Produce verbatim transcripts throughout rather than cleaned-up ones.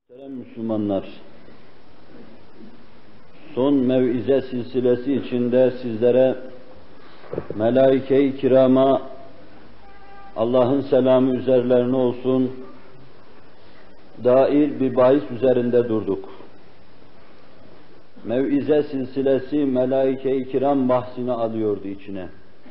Muhterem Müslümanlar, son mev'ize silsilesi içinde sizlere melaike-i kirama Allah'ın selamı üzerlerine olsun dair bir bahis üzerinde durduk. Mev'ize silsilesi melaike-i kiram bahsini alıyordu içine.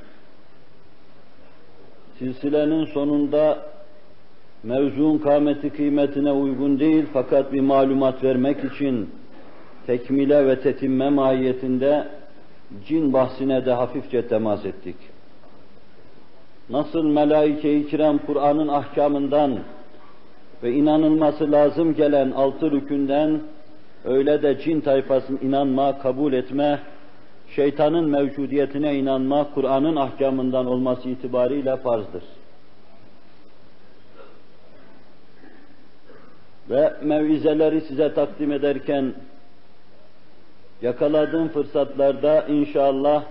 Silsilenin sonunda mevzuun kâmeti kıymetine uygun değil fakat bir malumat vermek için tekmile ve tetimme mahiyetinde cin bahsine de hafifçe temas ettik. Nasıl melaike-i kiram Kur'an'ın ahkamından ve inanılması lazım gelen altı rükünden, öyle de cin tayfasının inanma, kabul etme, şeytanın mevcudiyetine inanma, Kur'an'ın ahkamından olması itibariyle farzdır. Ve mevizeleri size takdim ederken yakaladığım fırsatlarda inşallah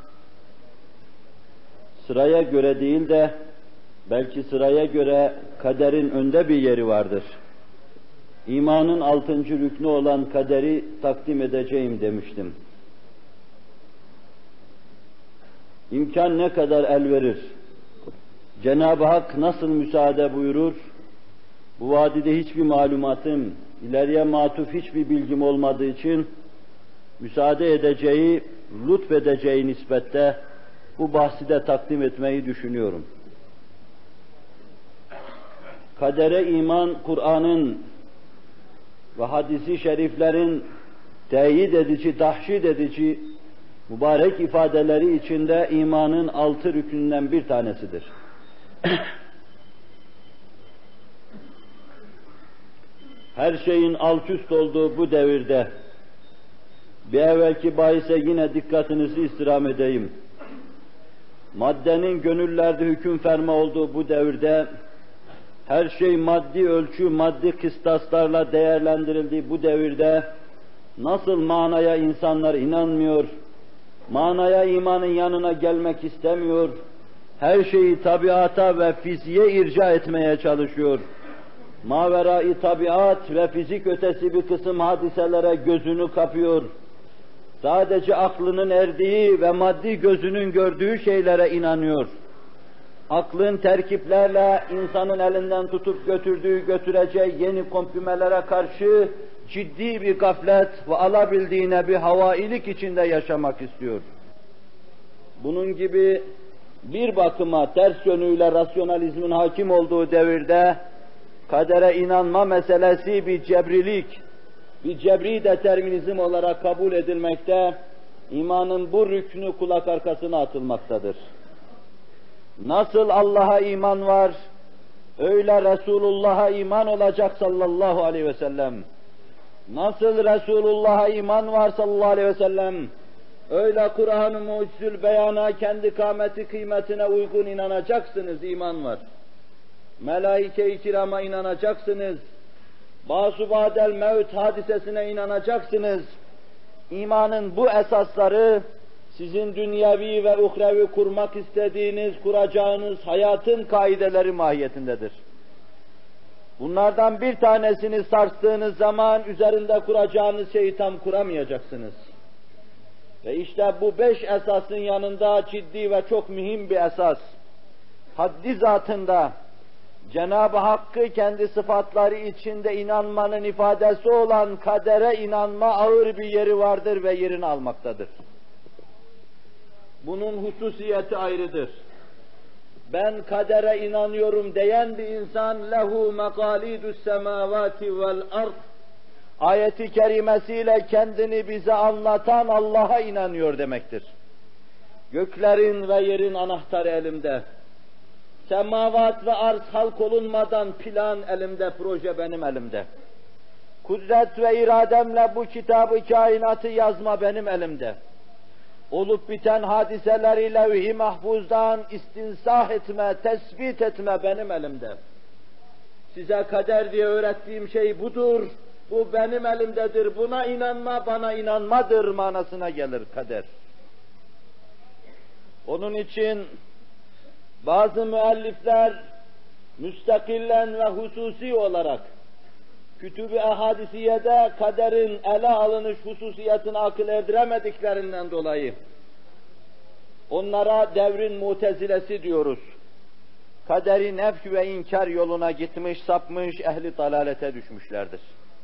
sıraya göre değil de belki sıraya göre kaderin önde bir yeri vardır. İmanın altıncı rüknü olan kaderi takdim edeceğim demiştim. İmkan ne kadar el verir? Cenab-ı Hak nasıl müsaade buyurur? Bu vadide hiçbir malumatım, ileriye matuf hiçbir bilgim olmadığı için müsaade edeceği, lütfedeceği nispette bu bahsi de takdim etmeyi düşünüyorum. Kadere iman, Kur'an'ın ve hadisi şeriflerin teyit edici, tahşid edici mübarek ifadeleri içinde imanın altı rükününden bir tanesidir. Her şeyin alt üst olduğu bu devirde, bir evvelki bahise yine dikkatinizi istirham edeyim. Maddenin gönüllerde hüküm ferma olduğu bu devirde, her şey maddi ölçü, maddi kıstaslarla değerlendirildiği bu devirde, nasıl manaya insanlar inanmıyor, manaya imanın yanına gelmek istemiyor, her şeyi tabiata ve fiziğe irca etmeye çalışıyor. Mavera-i tabiat ve fizik ötesi bir kısım hadiselere gözünü kapıyor. Sadece aklının erdiği ve maddi gözünün gördüğü şeylere inanıyor. Aklın terkiplerle insanın elinden tutup götürdüğü, götüreceği yeni komprimelere karşı ciddi bir gaflet ve alabildiğine bir havailik içinde yaşamak istiyor. Bunun gibi bir bakıma ters yönüyle rasyonalizmin hakim olduğu devirde kadere inanma meselesi bir cebrilik, bir cebri determinizm olarak kabul edilmekte, imanın bu rüknü kulak arkasına atılmaktadır. Nasıl Allah'a iman var, öyle Resulullah'a iman olacak sallallahu aleyhi ve sellem. Nasıl Resulullah'a iman var sallallahu aleyhi ve sellem, öyle Kur'an-ı Mucizül Beyan'a kendi kâmeti kıymetine uygun inanacaksınız, iman var. Melaike-i kirama inanacaksınız. Basubadel mevt hadisesine inanacaksınız. İmanın bu esasları sizin dünyevi ve uhrevi kurmak istediğiniz, kuracağınız hayatın kaideleri mahiyetindedir. Bunlardan bir tanesini sarstığınız zaman üzerinde kuracağınız şeyi tam kuramayacaksınız. Ve işte bu beş esasın yanında ciddi ve çok mühim bir esas. Haddi zatında Cenab-ı Hakk'ı kendi sıfatları içinde inanmanın ifadesi olan kadere inanma ağır bir yeri vardır ve yerini almaktadır. Bunun hususiyeti ayrıdır. Ben kadere inanıyorum diyen bir insan lehu mekalidus semavati vel ard ayeti kerimesiyle kendini bize anlatan Allah'a inanıyor demektir. Göklerin ve yerin anahtarı elimde. Semavat ve arz halk olunmadan plan elimde, proje benim elimde. Kudret ve irademle bu kitabı kainatı yazma benim elimde. Olup biten hadiseleri levh-i mahfuzdan istinsah etme, tespit etme benim elimde. Size kader diye öğrettiğim şey budur, bu benim elimdedir, buna inanma, bana inanmadır manasına gelir kader. Onun için bazı müellifler müstakillen ve hususi olarak Kütüb-i Ehadisiyede kaderin ele alınış hususiyetini akıl erdiremediklerinden dolayı onlara devrin mutezilesi diyoruz. Kaderi nefk ve inkar yoluna gitmiş, sapmış, ehli dalalete düşmüşlerdir.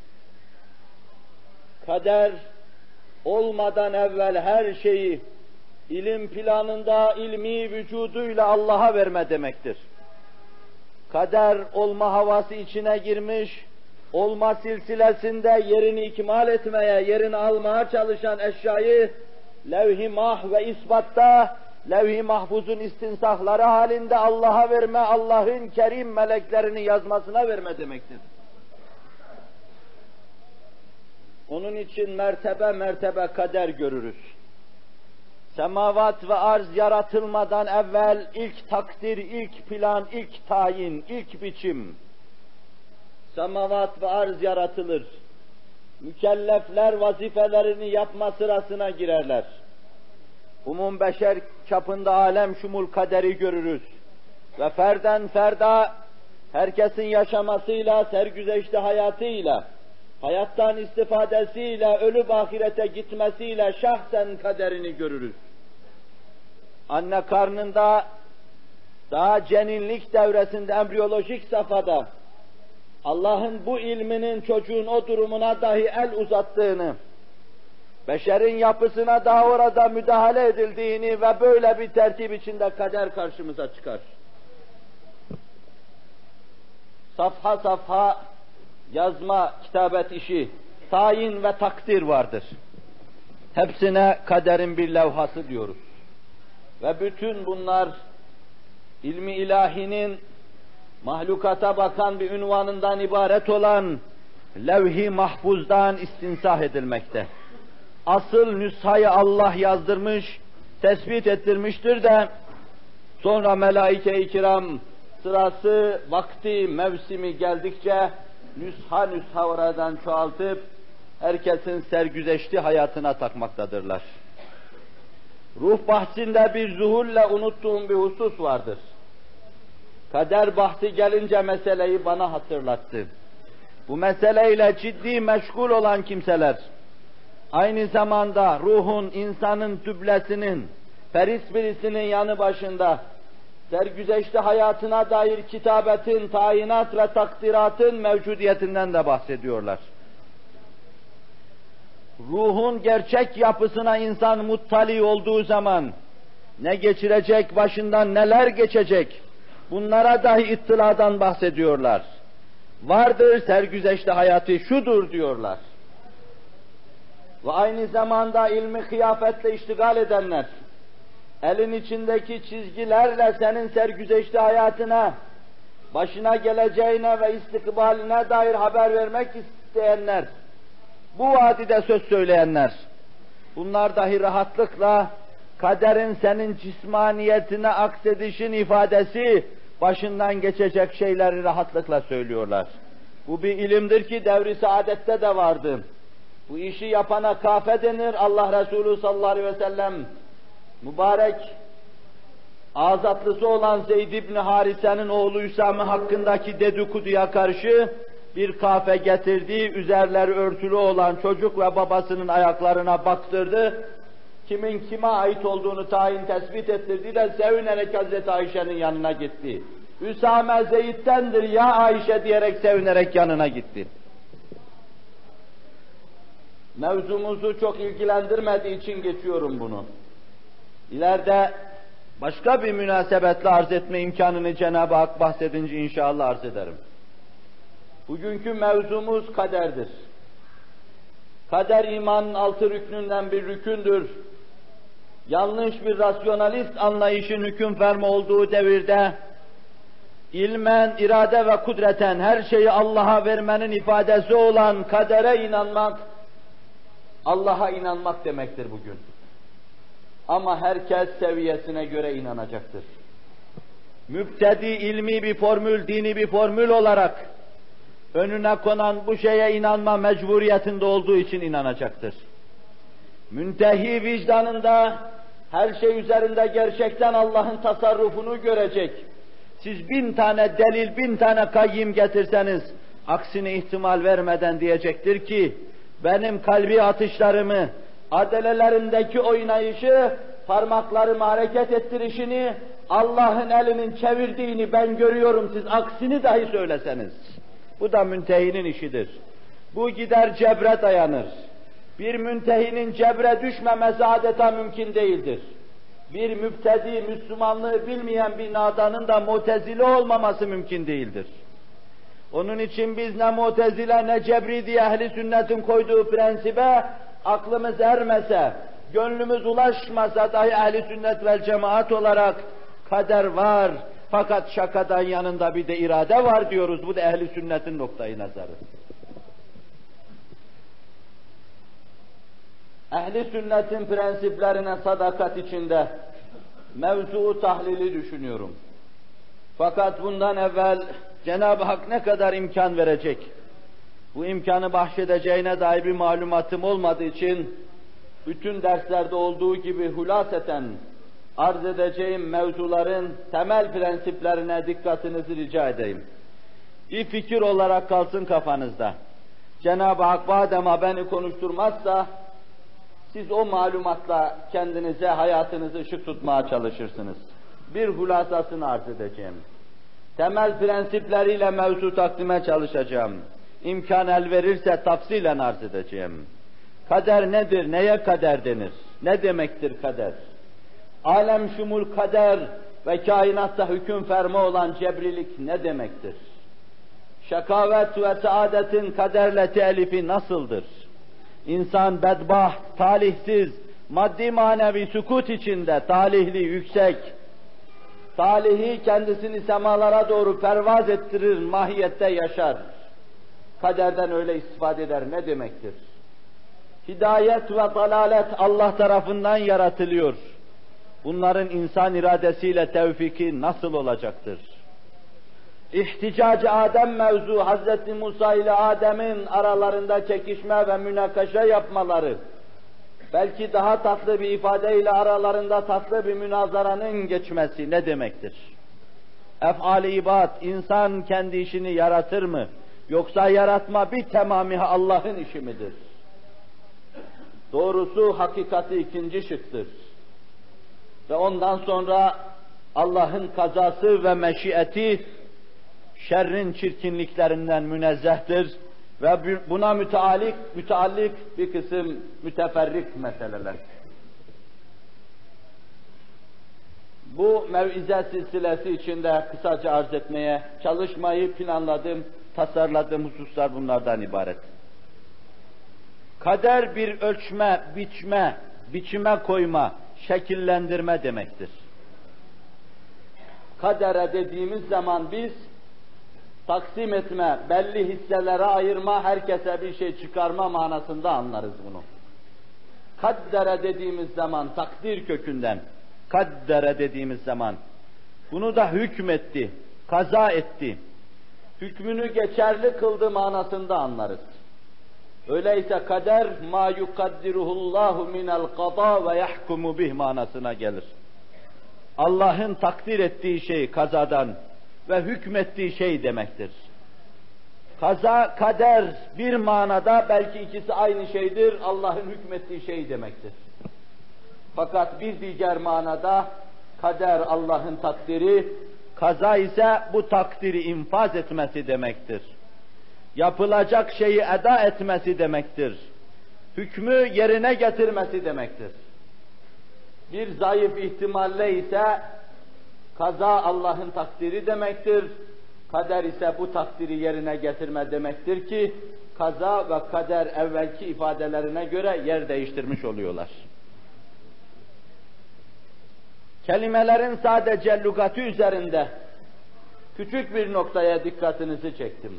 Kader olmadan evvel her şeyi ilim planında, ilmi vücuduyla Allah'a verme demektir. Kader olma havası içine girmiş, olma silsilesinde yerini ikmal etmeye, yerini almaya çalışan eşyayı levh-i mah ve isbatta, levh-i mahfuzun istinsahları halinde Allah'a verme, Allah'ın kerim meleklerini yazmasına verme demektir. Onun için mertebe mertebe kader görürüz. Semavat ve arz yaratılmadan evvel ilk takdir, ilk plan, ilk tayin, ilk biçim. Semavat ve arz yaratılır. Mükellefler vazifelerini yapma sırasına girerler. Umum beşer çapında alem şumul kaderi görürüz. Ve ferden ferda herkesin yaşamasıyla, sergüzeşte hayatıyla, hayattan istifadesiyle, ölüp ahirete gitmesiyle şahsen kaderini görürüz. Anne karnında, daha ceninlik devresinde, embriyolojik safhada, Allah'ın bu ilminin çocuğun o durumuna dahi el uzattığını, beşerin yapısına daha orada müdahale edildiğini ve böyle bir tertip içinde kader karşımıza çıkar. Safha safha yazma, kitabet işi, tayin ve takdir vardır. Hepsine kaderin bir levhası diyoruz. Ve bütün bunlar ilmi ilahinin mahlukata bakan bir ünvanından ibaret olan levh-i mahfuzdan istinsah edilmekte. Asıl nüshayı Allah yazdırmış, tespit ettirmiştir de sonra melaike-i kiram sırası, vakti, mevsimi geldikçe nüsha nüsha oradan çoğaltıp herkesin sergüzeşti hayatına takmaktadırlar. Ruh bahsinde bir zuhulle unuttuğum bir husus vardır. Kader bahsi gelince meseleyi bana hatırlattı. Bu meseleyle ciddi meşgul olan kimseler, aynı zamanda ruhun, insanın tüblesinin, feris birisinin yanı başında, sergüzeşte hayatına dair kitabetin, tayinat ve takdiratın mevcudiyetinden de bahsediyorlar. Ruhun gerçek yapısına insan muttali olduğu zaman, ne geçirecek, başından neler geçecek, bunlara dahi ittiladan bahsediyorlar. Vardır sergüzeşte hayatı şudur diyorlar. Ve aynı zamanda ilmi kıyafetle iştigal edenler, elin içindeki çizgilerle senin sergüzeşte hayatına, başına geleceğine ve istikbaline dair haber vermek isteyenler, bu vadide söz söyleyenler, bunlar dahi rahatlıkla kaderin senin cismaniyetine aksedişin ifadesi, başından geçecek şeyleri rahatlıkla söylüyorlar. Bu bir ilimdir ki devri saadette de vardı. Bu işi yapana kafe denir. Allah Resulü sallallahu aleyhi ve sellem mübarek azatlısı olan Zeyd ibn Harise'nin oğlu Üsame hakkındaki dedikoduya karşı bir kafe getirdi, üzerleri örtülü olan çocuk ve babasının ayaklarına baktırdı. Kimin kime ait olduğunu tayin tespit ettirdi de sevinerek Hazreti Ayşe'nin yanına gitti. Üsame Zeyd'dendir ya Ayşe diyerek sevinerek yanına gitti. Mevzumuzu çok ilgilendirmediği için geçiyorum bunu. İleride başka bir münasebetle arz etme imkanını Cenab-ı Hak bahsedince inşallah arz ederim. Bugünkü mevzumuz kaderdir. Kader imanın altı rüknünden bir rükündür. Yanlış bir rasyonalist anlayışın hüküm ferma olduğu devirde ilmen, irade ve kudreten her şeyi Allah'a vermenin ifadesi olan kadere inanmak, Allah'a inanmak demektir bugün. Ama herkes seviyesine göre inanacaktır. Mübtedi ilmi bir formül, dini bir formül olarak önüne konan bu şeye inanma mecburiyetinde olduğu için inanacaktır. Müntehi vicdanında her şey üzerinde gerçekten Allah'ın tasarrufunu görecek. Siz bin tane delil, bin tane kayyim getirseniz, aksine ihtimal vermeden diyecektir ki, benim kalbi atışlarımı, adelelerindeki oynayışı, parmaklarımı hareket ettirişini, Allah'ın elinin çevirdiğini ben görüyorum, siz aksini dahi söyleseniz. Bu da müntehinin işidir. Bu gider cebre dayanır. Bir müntehinin cebre düşmemesi adeta mümkün değildir. Bir mübtedi, Müslümanlığı bilmeyen bir nadanın da Mu'tezile olmaması mümkün değildir. Onun için biz ne Mu'tezile ne Cebri diye ehli sünnetin koyduğu prensibe aklımız ermese, gönlümüz ulaşmasa dahi ehli sünnet vel cemaat olarak kader var, fakat şakadan yanında bir de irade var diyoruz. Bu da ehli sünnetin noktayı nazarı. Ehli sünnetin prensiplerine sadakat içinde mevzuu tahlili düşünüyorum. Fakat bundan evvel Cenab-ı Hak ne kadar imkan verecek, bu imkanı bahşedeceğine dair bir malumatım olmadığı için bütün derslerde olduğu gibi hulaseten arz edeceğim mevzuların temel prensiplerine dikkatinizi rica edeyim. Bir fikir olarak kalsın kafanızda. Cenab-ı Hak badema beni konuşturmazsa siz o malumatla kendinize, hayatınızı ışık tutmaya çalışırsınız. Bir hulasasını arz edeceğim. Temel prensipleriyle mevzu takdime çalışacağım. İmkan el verirse tafsilen arz edeceğim. Kader nedir? Neye kader denir? Ne demektir kader? Alem şumul kader ve kainatta hüküm ferma olan cebrilik ne demektir? Şakavet ve saadetin kaderle telifi nasıldır? İnsan bedbaht, talihsiz, maddi manevi sükut içinde, talihli, yüksek, talihi kendisini semalara doğru pervaz ettirir, mahiyette yaşar. Kaderden öyle istifade eder, ne demektir? Hidayet ve dalalet Allah tarafından yaratılıyor. Bunların insan iradesiyle tevfiki nasıl olacaktır? İhticac-ı Adem mevzu, Hazreti Musa ile Adem'in aralarında çekişme ve münakaşa yapmaları, belki daha tatlı bir ifadeyle aralarında tatlı bir münazaranın geçmesi ne demektir? Ef'al-i ibad, insan kendi işini yaratır mı? Yoksa yaratma bir temamiha Allah'ın işi midir? Doğrusu hakikati ikinci şıktır. Ve ondan sonra Allah'ın kazası ve meşiyeti şerrin çirkinliklerinden münezzehtir ve buna müteallik, müteallik bir kısım müteferrik meseleler. Bu mevize silsilesi içinde kısaca arz etmeye çalışmayı planladığım, tasarladığım hususlar bunlardan ibaret. Kader bir ölçme, biçme, biçime koyma, şekillendirme demektir. Kadere dediğimiz zaman biz taksim etme, belli hisselere ayırma, herkese bir şey çıkarma manasında anlarız bunu. Kaddere dediğimiz zaman takdir kökünden, kaddere dediğimiz zaman bunu da hükmetti, kaza etti, hükmünü geçerli kıldı manasında anlarız. Öyleyse kader ma yukaddiruhullahu minel qada ve yahkumu bih manasına gelir. Allah'ın takdir ettiği şey kazadan ve hükmettiği şey demektir. Kaza, kader bir manada belki ikisi aynı şeydir, Allah'ın hükmettiği şey demektir. Fakat bir diğer manada kader Allah'ın takdiri, kaza ise bu takdiri infaz etmesi demektir. Yapılacak şeyi eda etmesi demektir. Hükmü yerine getirmesi demektir. Bir zayıf ihtimalle ise kaza Allah'ın takdiri demektir. Kader ise bu takdiri yerine getirme demektir ki kaza ve kader evvelki ifadelerine göre yer değiştirmiş oluyorlar. Kelimelerin sadece lügatı üzerinde küçük bir noktaya dikkatinizi çektim.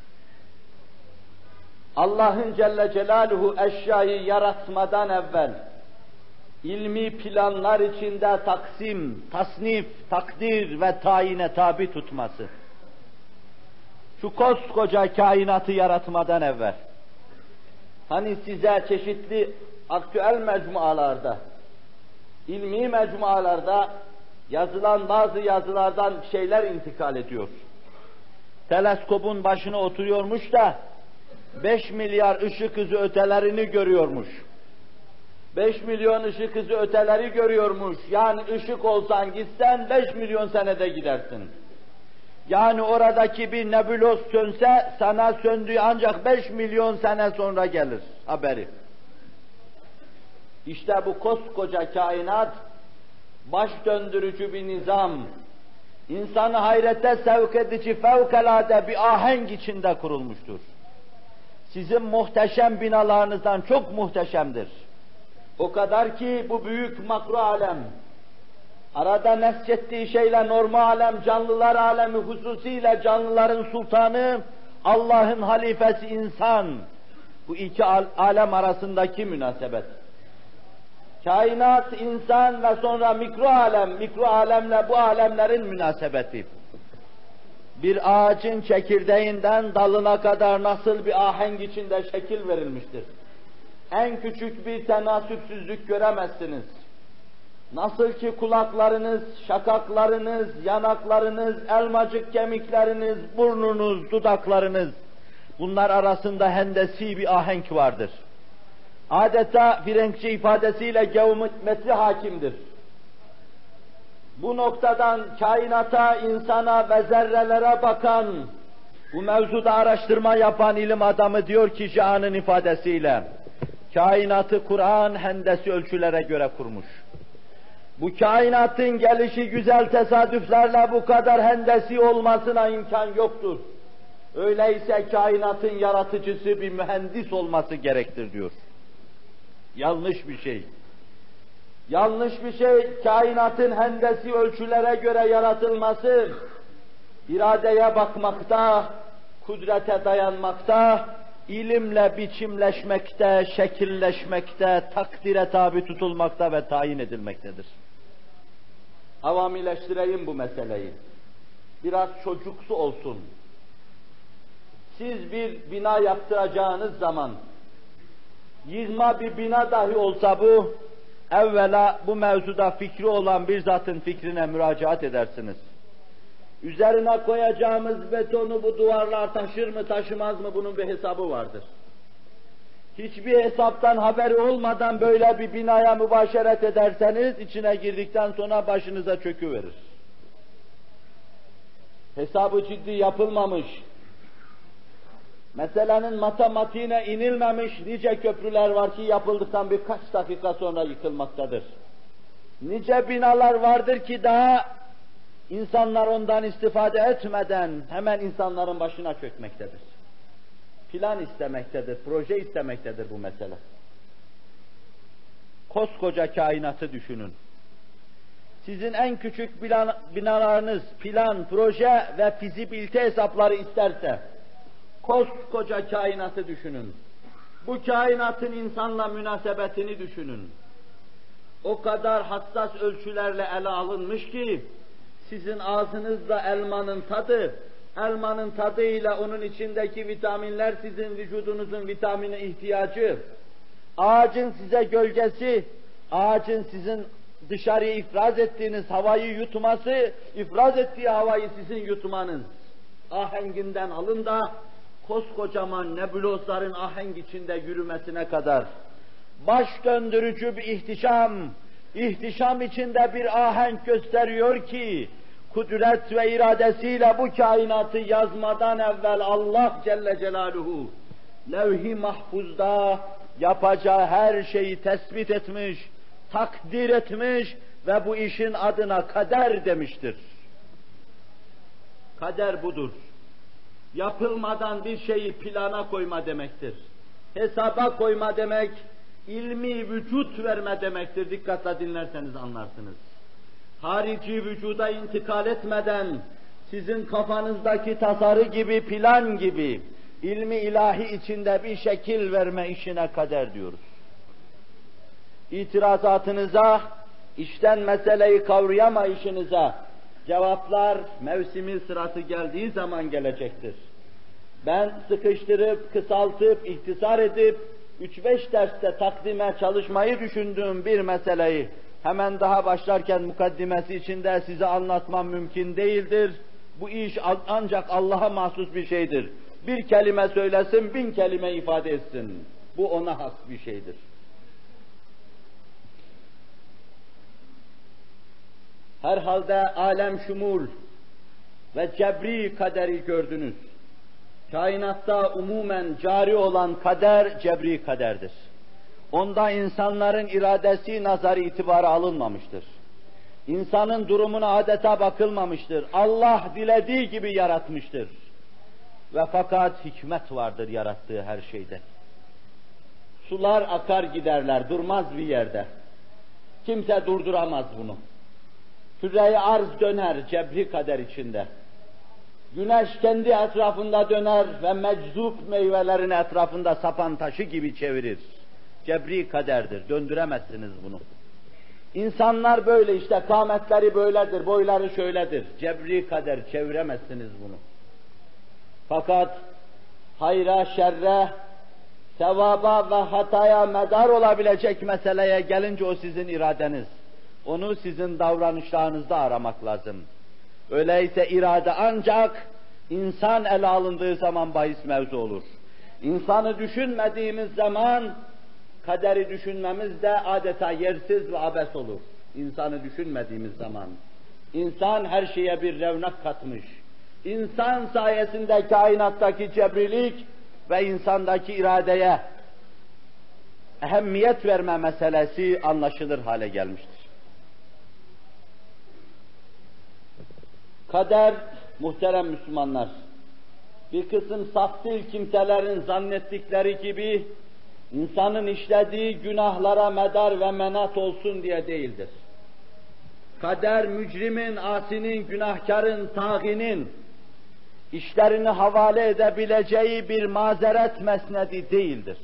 Allah'ın Celle Celaluhu eşyayı yaratmadan evvel ilmi planlar içinde taksim, tasnif, takdir ve tayine tabi tutması. Şu koskoca kainatı yaratmadan evvel. Hani size çeşitli aktüel mecmualarda, ilmi mecmualarda yazılan bazı yazılardan şeyler intikal ediyor. teleskopun başına oturuyormuş da beş milyar ışık hızı ötelerini görüyormuş. beş milyon ışık hızı öteleri görüyormuş. Yani ışık olsan gitsen beş milyon senede gidersin. Yani oradaki bir nebüloz sönse sana söndüğü ancak beş milyon sene sonra gelir haberi. İşte bu koskoca kainat baş döndürücü bir nizam, insanı hayrete sevk edici fevkalade bir ahenk içinde kurulmuştur. Sizin muhteşem binalarınızdan çok muhteşemdir. O kadar ki bu büyük makro alem, arada nesçettiği şeyle normal alem, canlılar alemi, hususiyle canlıların sultanı, Allah'ın halifesi insan, bu iki alem arasındaki münasebet. Kainat, insan ve sonra mikro alem, mikro alemle bu alemlerin münasebeti. Bir ağacın çekirdeğinden dalına kadar nasıl bir ahenk içinde şekil verilmiştir. En küçük bir tenasüpsüzlük göremezsiniz. Nasıl ki kulaklarınız, şakaklarınız, yanaklarınız, elmacık kemikleriniz, burnunuz, dudaklarınız, bunlar arasında hendesi bir ahenk vardır. Adeta Frenkçe ifadesiyle geometri hakimdir. Bu noktadan kainata, insana ve zerrelere bakan, bu mevzuda araştırma yapan ilim adamı diyor ki Şahan'ın ifadesiyle, kainatı Kur'an hendesi ölçülere göre kurmuş. Bu kainatın gelişi güzel tesadüflerle bu kadar hendesi olmasına imkan yoktur. Öyleyse kainatın yaratıcısı bir mühendis olması gerektir diyor. Yanlış bir şey. Yanlış bir şey, kainatın hendesi ölçülere göre yaratılması, iradeye bakmakta, kudrete dayanmakta, ilimle biçimleşmekte, şekilleşmekte, takdire tabi tutulmakta ve tayin edilmektedir. Avamileştireyim bu meseleyi. Biraz çocuksu olsun. Siz bir bina yaptıracağınız zaman, yığma bir bina dahi olsa bu, evvela bu mevzuda fikri olan bir zatın fikrine müracaat edersiniz. Üzerine koyacağımız betonu bu duvarlar taşır mı taşımaz mı bunun bir hesabı vardır. Hiçbir hesaptan haberi olmadan böyle bir binaya mübaşeret ederseniz içine girdikten sonra başınıza çöküverir. Hesabı ciddi yapılmamış, meselenin matematiğine inilmemiş nice köprüler var ki yapıldıktan birkaç dakika sonra yıkılmaktadır. Nice binalar vardır ki daha insanlar ondan istifade etmeden hemen insanların başına çökmektedir. Plan istemektedir, proje istemektedir bu mesele. Koskoca kainatı düşünün. Sizin en küçük binalarınız plan, proje ve fizibilite hesapları isterse, koskoca kainatı düşünün. Bu kainatın insanla münasebetini düşünün. O kadar hassas ölçülerle ele alınmış ki, sizin ağzınızda elmanın tadı, elmanın tadıyla onun içindeki vitaminler sizin vücudunuzun vitamine ihtiyacı, ağacın size gölgesi, ağacın sizin dışarıya ifraz ettiğiniz havayı yutması, ifraz ettiği havayı sizin yutmanız ahenginden alın da koskocaman nebulozların ahenk içinde yürümesine kadar baş döndürücü bir ihtişam, ihtişam içinde bir ahenk gösteriyor ki kudret ve iradesiyle bu kainatı yazmadan evvel Allah Celle Celaluhu levh-i mahfuzda yapacağı her şeyi tespit etmiş, takdir etmiş ve bu işin adına kader demiştir. Kader budur. Yapılmadan bir şeyi plana koyma demektir. Hesaba koyma demek, ilmi vücut verme demektir. Dikkatle dinlerseniz anlarsınız. Harici vücuda intikal etmeden, sizin kafanızdaki tasarı gibi, plan gibi, ilmi ilahi içinde bir şekil verme işine kader diyoruz. İtirazatınıza, işten meseleyi kavrayamayışınıza cevaplar mevsimi sırası geldiği zaman gelecektir. Ben sıkıştırıp, kısaltıp, ihtisar edip, üç beş derste takdime çalışmayı düşündüğüm bir meseleyi hemen daha başlarken mukaddimesi içinde size anlatmam mümkün değildir. Bu iş ancak Allah'a mahsus bir şeydir. Bir kelime söylesin, bin kelime ifade etsin. Bu ona has bir şeydir. Herhalde alem şumul ve cebri kaderi gördünüz. Kainatta umumen cari olan kader, cebri kaderdir. Onda insanların iradesi nazarı itibarı alınmamıştır. İnsanın durumuna adeta bakılmamıştır. Allah dilediği gibi yaratmıştır. Ve fakat hikmet vardır yarattığı her şeyde. Sular akar giderler, durmaz bir yerde. Kimse durduramaz bunu. Küre-i arz döner cebri kader içinde. Güneş kendi etrafında döner ve meczup meyvelerin etrafında sapan taşı gibi çevirir. Cebri kaderdir, döndüremezsiniz bunu. İnsanlar böyle işte, kâmetleri böyledir, boyları şöyledir. Cebri kader, çeviremezsiniz bunu. Fakat hayra, şerre, sevaba ve hataya medar olabilecek meseleye gelince o sizin iradeniz. Onu sizin davranışlarınızda aramak lazım. Öyleyse irade ancak insan ele alındığı zaman bahis mevzu olur. İnsanı düşünmediğimiz zaman kaderi düşünmemiz de adeta yersiz ve abes olur. İnsanı düşünmediğimiz zaman. İnsan her şeye bir revnak katmış. İnsan sayesinde kainattaki cebrilik ve insandaki iradeye ehemmiyet verme meselesi anlaşılır hale gelmiştir. Kader, muhterem Müslümanlar, bir kısım saftil kimselerin zannettikleri gibi insanın işlediği günahlara medar ve menat olsun diye değildir. Kader, mücrimin, asinin, günahkarın, tağinin işlerini havale edebileceği bir mazeret mesnedi değildir.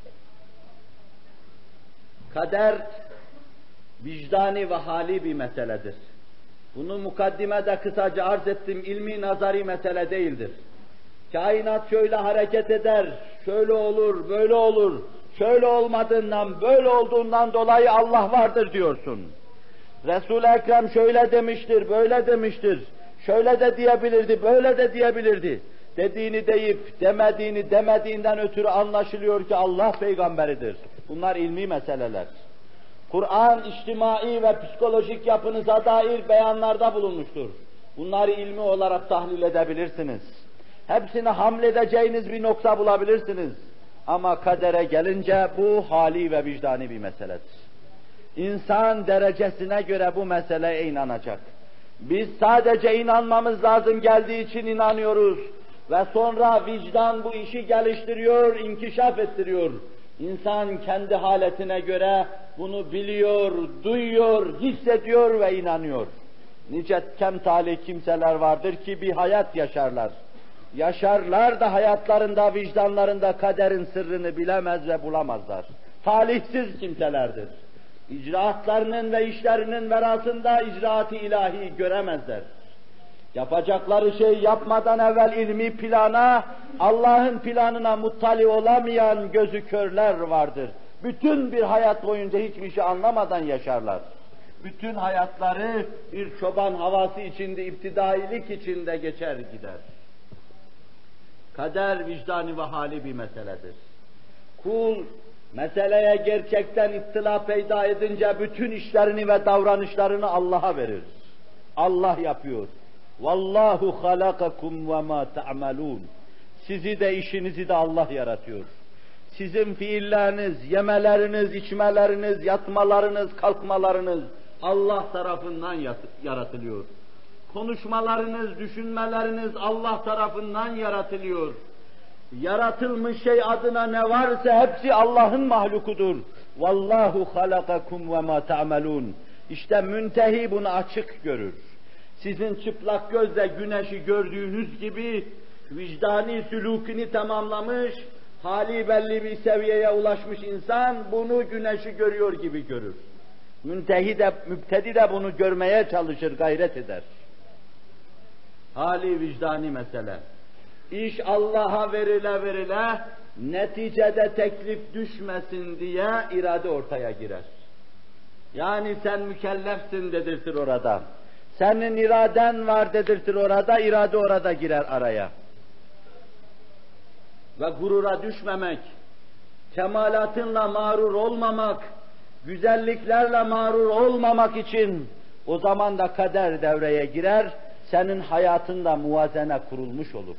Kader, vicdani ve hali bir meseledir. Bunu mukaddimede kısaca arz ettim, ilmi nazari mesele değildir. Kainat şöyle hareket eder, şöyle olur, böyle olur, şöyle olmadığından, böyle olduğundan dolayı Allah vardır diyorsun. Resul-i Ekrem şöyle demiştir, böyle demiştir, şöyle de diyebilirdi, böyle de diyebilirdi. Dediğini deyip, demediğini demediğinden ötürü anlaşılıyor ki Allah peygamberidir. Bunlar ilmi meseleler. Kur'an, içtimai ve psikolojik yapınıza dair beyanlarda bulunmuştur. Bunları ilmi olarak tahlil edebilirsiniz. Hepsini hamledeceğiniz bir nokta bulabilirsiniz. Ama kadere gelince bu hali ve vicdani bir meseledir. İnsan derecesine göre bu meseleye inanacak. Biz sadece inanmamız lazım geldiği için inanıyoruz. Ve sonra vicdan bu işi geliştiriyor, inkişaf ettiriyor. İnsan kendi haletine göre bunu biliyor, duyuyor, hissediyor ve inanıyor. Nice kemtali kimseler vardır ki bir hayat yaşarlar. Yaşarlar da hayatlarında, vicdanlarında kaderin sırrını bilemez ve bulamazlar. Talihsiz kimselerdir. İcraatlarının ve işlerinin verasında icraat-ı ilahi göremezler. Yapacakları şey yapmadan evvel ilmi plana, Allah'ın planına muttali olamayan gözü körler vardır. Bütün bir hayat boyunca hiçbir şey anlamadan yaşarlar. Bütün hayatları bir çoban havası içinde, iptidailik içinde geçer gider. Kader vicdani ve hali bir meseledir. Kul meseleye gerçekten ittila peyda edince bütün işlerini ve davranışlarını Allah'a verir. Allah yapıyor. Vallahu halakakum ve ma ta'malun. Sizi de işinizi de Allah yaratıyor. Sizin fiilleriniz, yemeleriniz, içmeleriniz, yatmalarınız, kalkmalarınız Allah tarafından yaratılıyor. Konuşmalarınız, düşünmeleriniz Allah tarafından yaratılıyor. Yaratılmış şey adına ne varsa hepsi Allah'ın mahlukudur. Vallahu halakakum ve ma ta'malun. İşte müntehi bunu açık görür. Sizin çıplak gözle güneşi gördüğünüz gibi vicdani sülûkünü tamamlamış, hali belli bir seviyeye ulaşmış insan bunu güneşi görüyor gibi görür. Müntehi de, mübtedi de bunu görmeye çalışır, gayret eder. Hali vicdani mesele. İş Allah'a verile verile, neticede teklif düşmesin diye irade ortaya girer. Yani sen mükellefsin dedirtir orada. Senin iraden var dedirtir orada, irade orada girer araya. Ve gurura düşmemek, kemalatınla mağrur olmamak, güzelliklerle mağrur olmamak için o zaman da kader devreye girer, senin hayatında muvazene kurulmuş olur.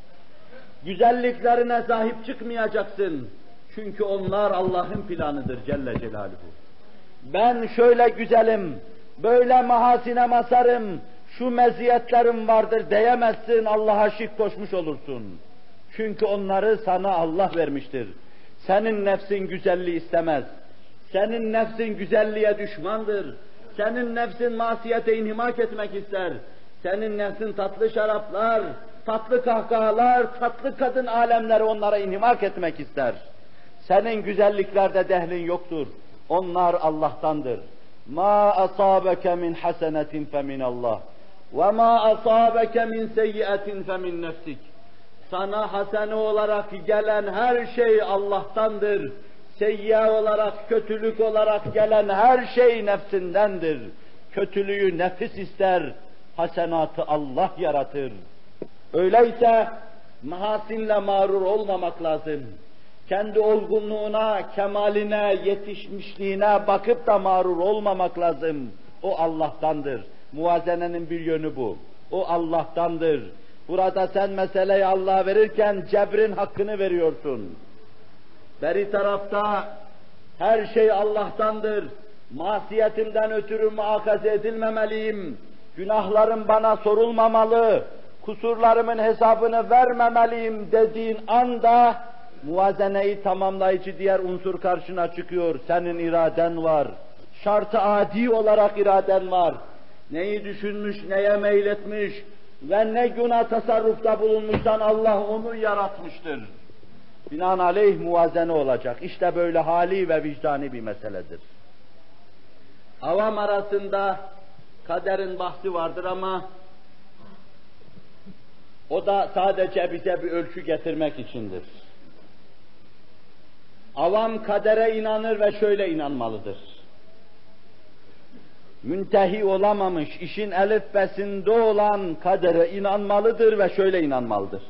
Güzelliklerine sahip çıkmayacaksın. Çünkü onlar Allah'ın planıdır Celle Celaluhu. Ben şöyle güzelim, böyle mahasine masarım, şu meziyetlerim vardır diyemezsin, Allah'a şirk koşmuş olursun. Çünkü onları sana Allah vermiştir. Senin nefsin güzelliği istemez. Senin nefsin güzelliğe düşmandır. Senin nefsin masiyete inhimak etmek ister. Senin nefsin tatlı şaraplar, tatlı kahkahalar, tatlı kadın alemleri onlara inhimak etmek ister. Senin güzelliklerde dehlin yoktur. Onlar Allah'tandır. Ma asabeke min hasenetin femin Allah ve ma asabeke min seyyiatin femin nefsik. Sana hasene olarak gelen her şey Allah'tandır. Seyyiye olarak, kötülük olarak gelen her şey nefsindendir. Kötülüğü nefis ister, hasenatı Allah yaratır. Öyleyse mahasinle mağrur olmamak lazım. Kendi olgunluğuna, kemaline, yetişmişliğine bakıp da mağrur olmamak lazım. O Allah'tandır. Muvazenenin bir yönü bu. O Allah'tandır. Burada sen meseleyi Allah'a verirken cebrin hakkını veriyorsun. Beri tarafta her şey Allah'tandır. Masiyetimden ötürü muakaze edilmemeliyim. Günahlarım bana sorulmamalı. Kusurlarımın hesabını vermemeliyim dediğin anda muvazeneyi tamamlayıcı diğer unsur karşına çıkıyor. Senin iraden var. Şart-ı adi olarak iraden var. Neyi düşünmüş, neye meyletmiş ve ne günah tasarrufta bulunmuşsan Allah onu yaratmıştır. Binaenaleyh muvazene olacak. İşte böyle hali ve vicdani bir meseledir. Avam arasında kaderin bahsi vardır ama o da sadece bize bir ölçü getirmek içindir. Avam kadere inanır ve şöyle inanmalıdır. Müntehi olamamış, işin elifbesinde olan kadere inanmalıdır ve şöyle inanmalıdır.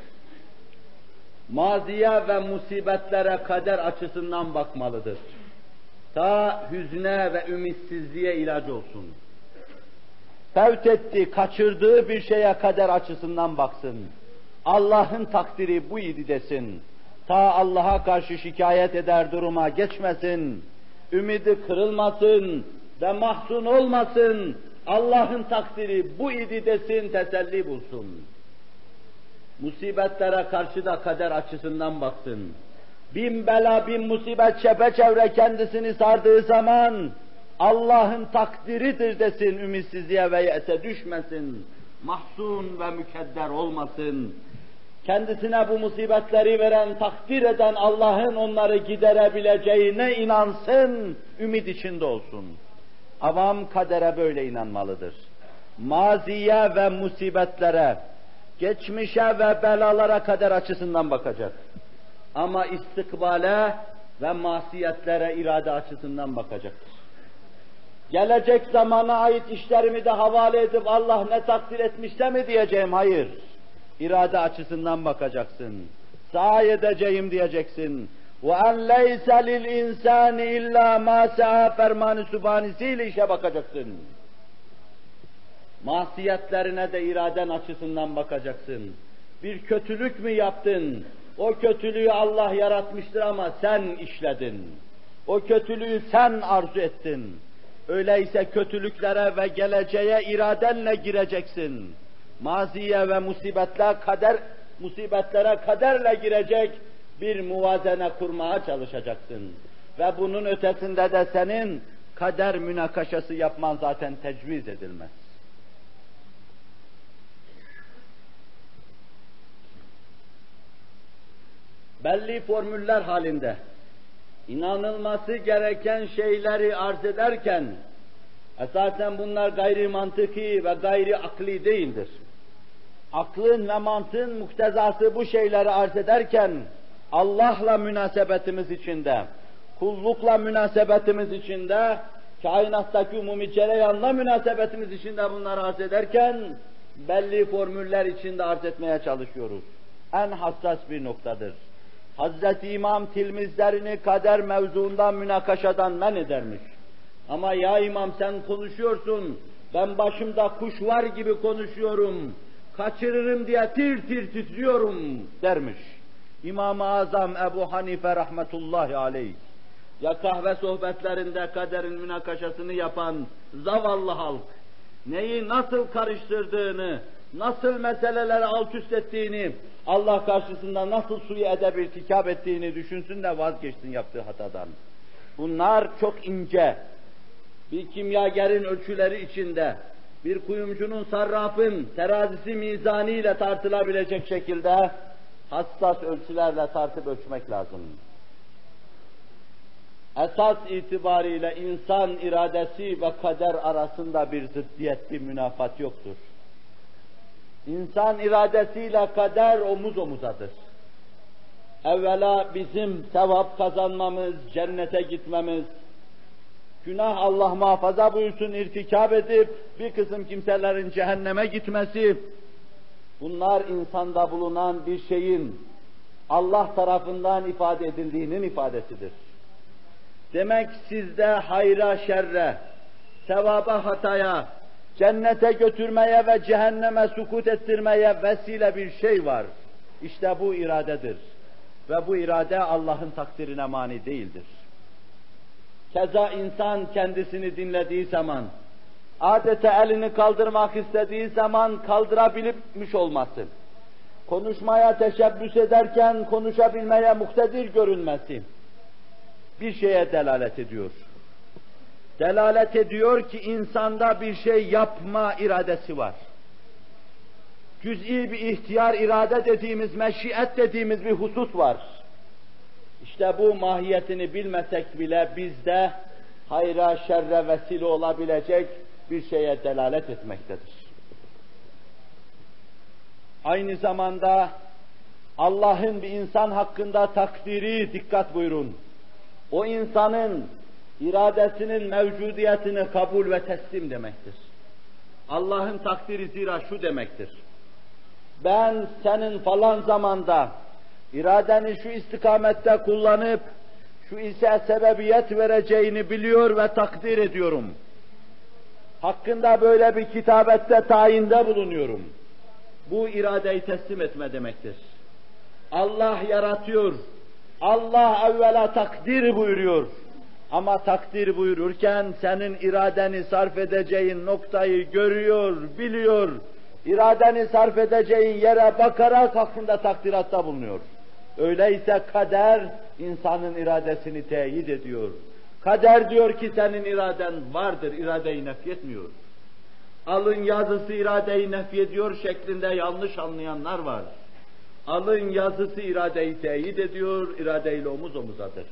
Maziye ve musibetlere kader açısından bakmalıdır. Ta hüzne ve ümitsizliğe ilaç olsun. Fevt etti, kaçırdığı bir şeye kader açısından baksın. Allah'ın takdiri bu idi desin. Ta Allah'a karşı şikayet eder duruma geçmesin. Ümidi kırılmasın ve mahzun olmasın. Allah'ın takdiri bu idi desin, teselli bulsun. Musibetlere karşı da kader açısından baksın. Bin bela, bin musibet çepeçevre kendisini sardığı zaman Allah'ın takdiridir desin, ümitsizliğe ve yese düşmesin. Mahzun ve mükedder olmasın. Kendisine bu musibetleri veren, takdir eden Allah'ın onları giderebileceğine inansın, ümit içinde olsun. Avam kadere böyle inanmalıdır. Maziye ve musibetlere, geçmişe ve belalara kader açısından bakacak. Ama istikbale ve masiyetlere irade açısından bakacaktır. Gelecek zamana ait işlerimi de havale edip Allah ne takdir etmişse mi diyeceğim? Hayır. İrade açısından bakacaksın. Sahi edeceğim diyeceksin. وَاَنْ لَيْسَ لِلْاِنْسَانِ اِلَّا مَا سَعَى fermanı sübhanesiyle işe bakacaksın. Masiyetlerine de iraden açısından bakacaksın. Bir kötülük mü yaptın? O kötülüğü Allah yaratmıştır ama sen işledin. O kötülüğü sen arzu ettin. Öyleyse kötülüklere ve geleceğe iradenle gireceksin. Maziye ve musibetle kader, musibetlere kaderle girecek bir muvazene kurmaya çalışacaksın. Ve bunun ötesinde de senin kader münakaşası yapman zaten tecviz edilmez. Belli formüller halinde inanılması gereken şeyleri arz ederken esasen bunlar gayri mantıki ve gayri akli değildir. Aklın ve mantığın muktezası bu şeyleri arz ederken Allah'la münasebetimiz içinde, kullukla münasebetimiz içinde, kainattaki umumi cereyanla münasebetimiz içinde bunları arz ederken, belli formüller içinde arz etmeye çalışıyoruz. En hassas bir noktadır. Hazreti İmam tilmizlerini kader mevzuundan, münakaşadan men edermiş. Ama ya İmam sen konuşuyorsun, ben başımda kuş var gibi konuşuyorum, kaçırırım diye tir tir titriyorum dermiş. İmam-ı Azam Ebu Hanife rahmetullahi aleyh, ya kahve sohbetlerinde kaderin münakaşasını yapan zavallı halk, neyi nasıl karıştırdığını, nasıl meseleleri alt üst ettiğini, Allah karşısında nasıl suyu edeb irtikap ettiğini düşünsün de vazgeçsin yaptığı hatadan. Bunlar çok ince, bir kimyagerin ölçüleri içinde, bir kuyumcunun, sarrafın terazisi mizaniyle tartılabilecek şekilde hassas ölçülerle tartıp ölçmek lazım. Esas itibariyle insan iradesi ve kader arasında bir zıddiyet, bir münafat yoktur. İnsan iradesiyle kader omuz omuzadır. Evvela bizim sevap kazanmamız, cennete gitmemiz, günah Allah muhafaza buyursun irtikap edip bir kısım kimselerin cehenneme gitmesi, bunlar insanda bulunan bir şeyin Allah tarafından ifade edildiğinin ifadesidir. Demek sizde hayra şerre, sevaba hataya, cennete götürmeye ve cehenneme sukut ettirmeye vesile bir şey var. İşte bu iradedir. Ve bu irade Allah'ın takdirine mani değildir. Keza insan kendisini dinlediği zaman, adeta elini kaldırmak istediği zaman kaldırabilmiş olması, konuşmaya teşebbüs ederken konuşabilmeye muktedir görünmesi, bir şeye delalet ediyor. Delalet ediyor ki insanda bir şey yapma iradesi var. Cüz'i bir ihtiyar irade dediğimiz, meşiyet dediğimiz bir husus var. İşte bu mahiyetini bilmesek bile bizde hayra şerre vesile olabilecek bir şeye delalet etmektedir. Aynı zamanda Allah'ın bir insan hakkında takdiri dikkat buyurun. O insanın iradesinin mevcudiyetini kabul ve teslim demektir. Allah'ın takdiri zira şu demektir: ben senin falan zamanda iradeni şu istikamette kullanıp şu ise sebebiyet vereceğini biliyor ve takdir ediyorum. Hakkında böyle bir kitabette tayinde bulunuyorum. Bu iradeyi teslim etme demektir. Allah yaratıyor. Allah evvela takdir buyuruyor. Ama takdir buyururken senin iradeni sarf edeceğin noktayı görüyor, biliyor. İradeni sarf edeceğin yere bakarak hakkında takdiratta bulunuyor. Öyleyse kader insanın iradesini teyit ediyor. Kader diyor ki senin iraden vardır, iradeyi nefyetmiyor. Alın yazısı iradeyi nefyediyor şeklinde yanlış anlayanlar var. Alın yazısı iradeyi teyit ediyor, iradeyle omuz omuzadır.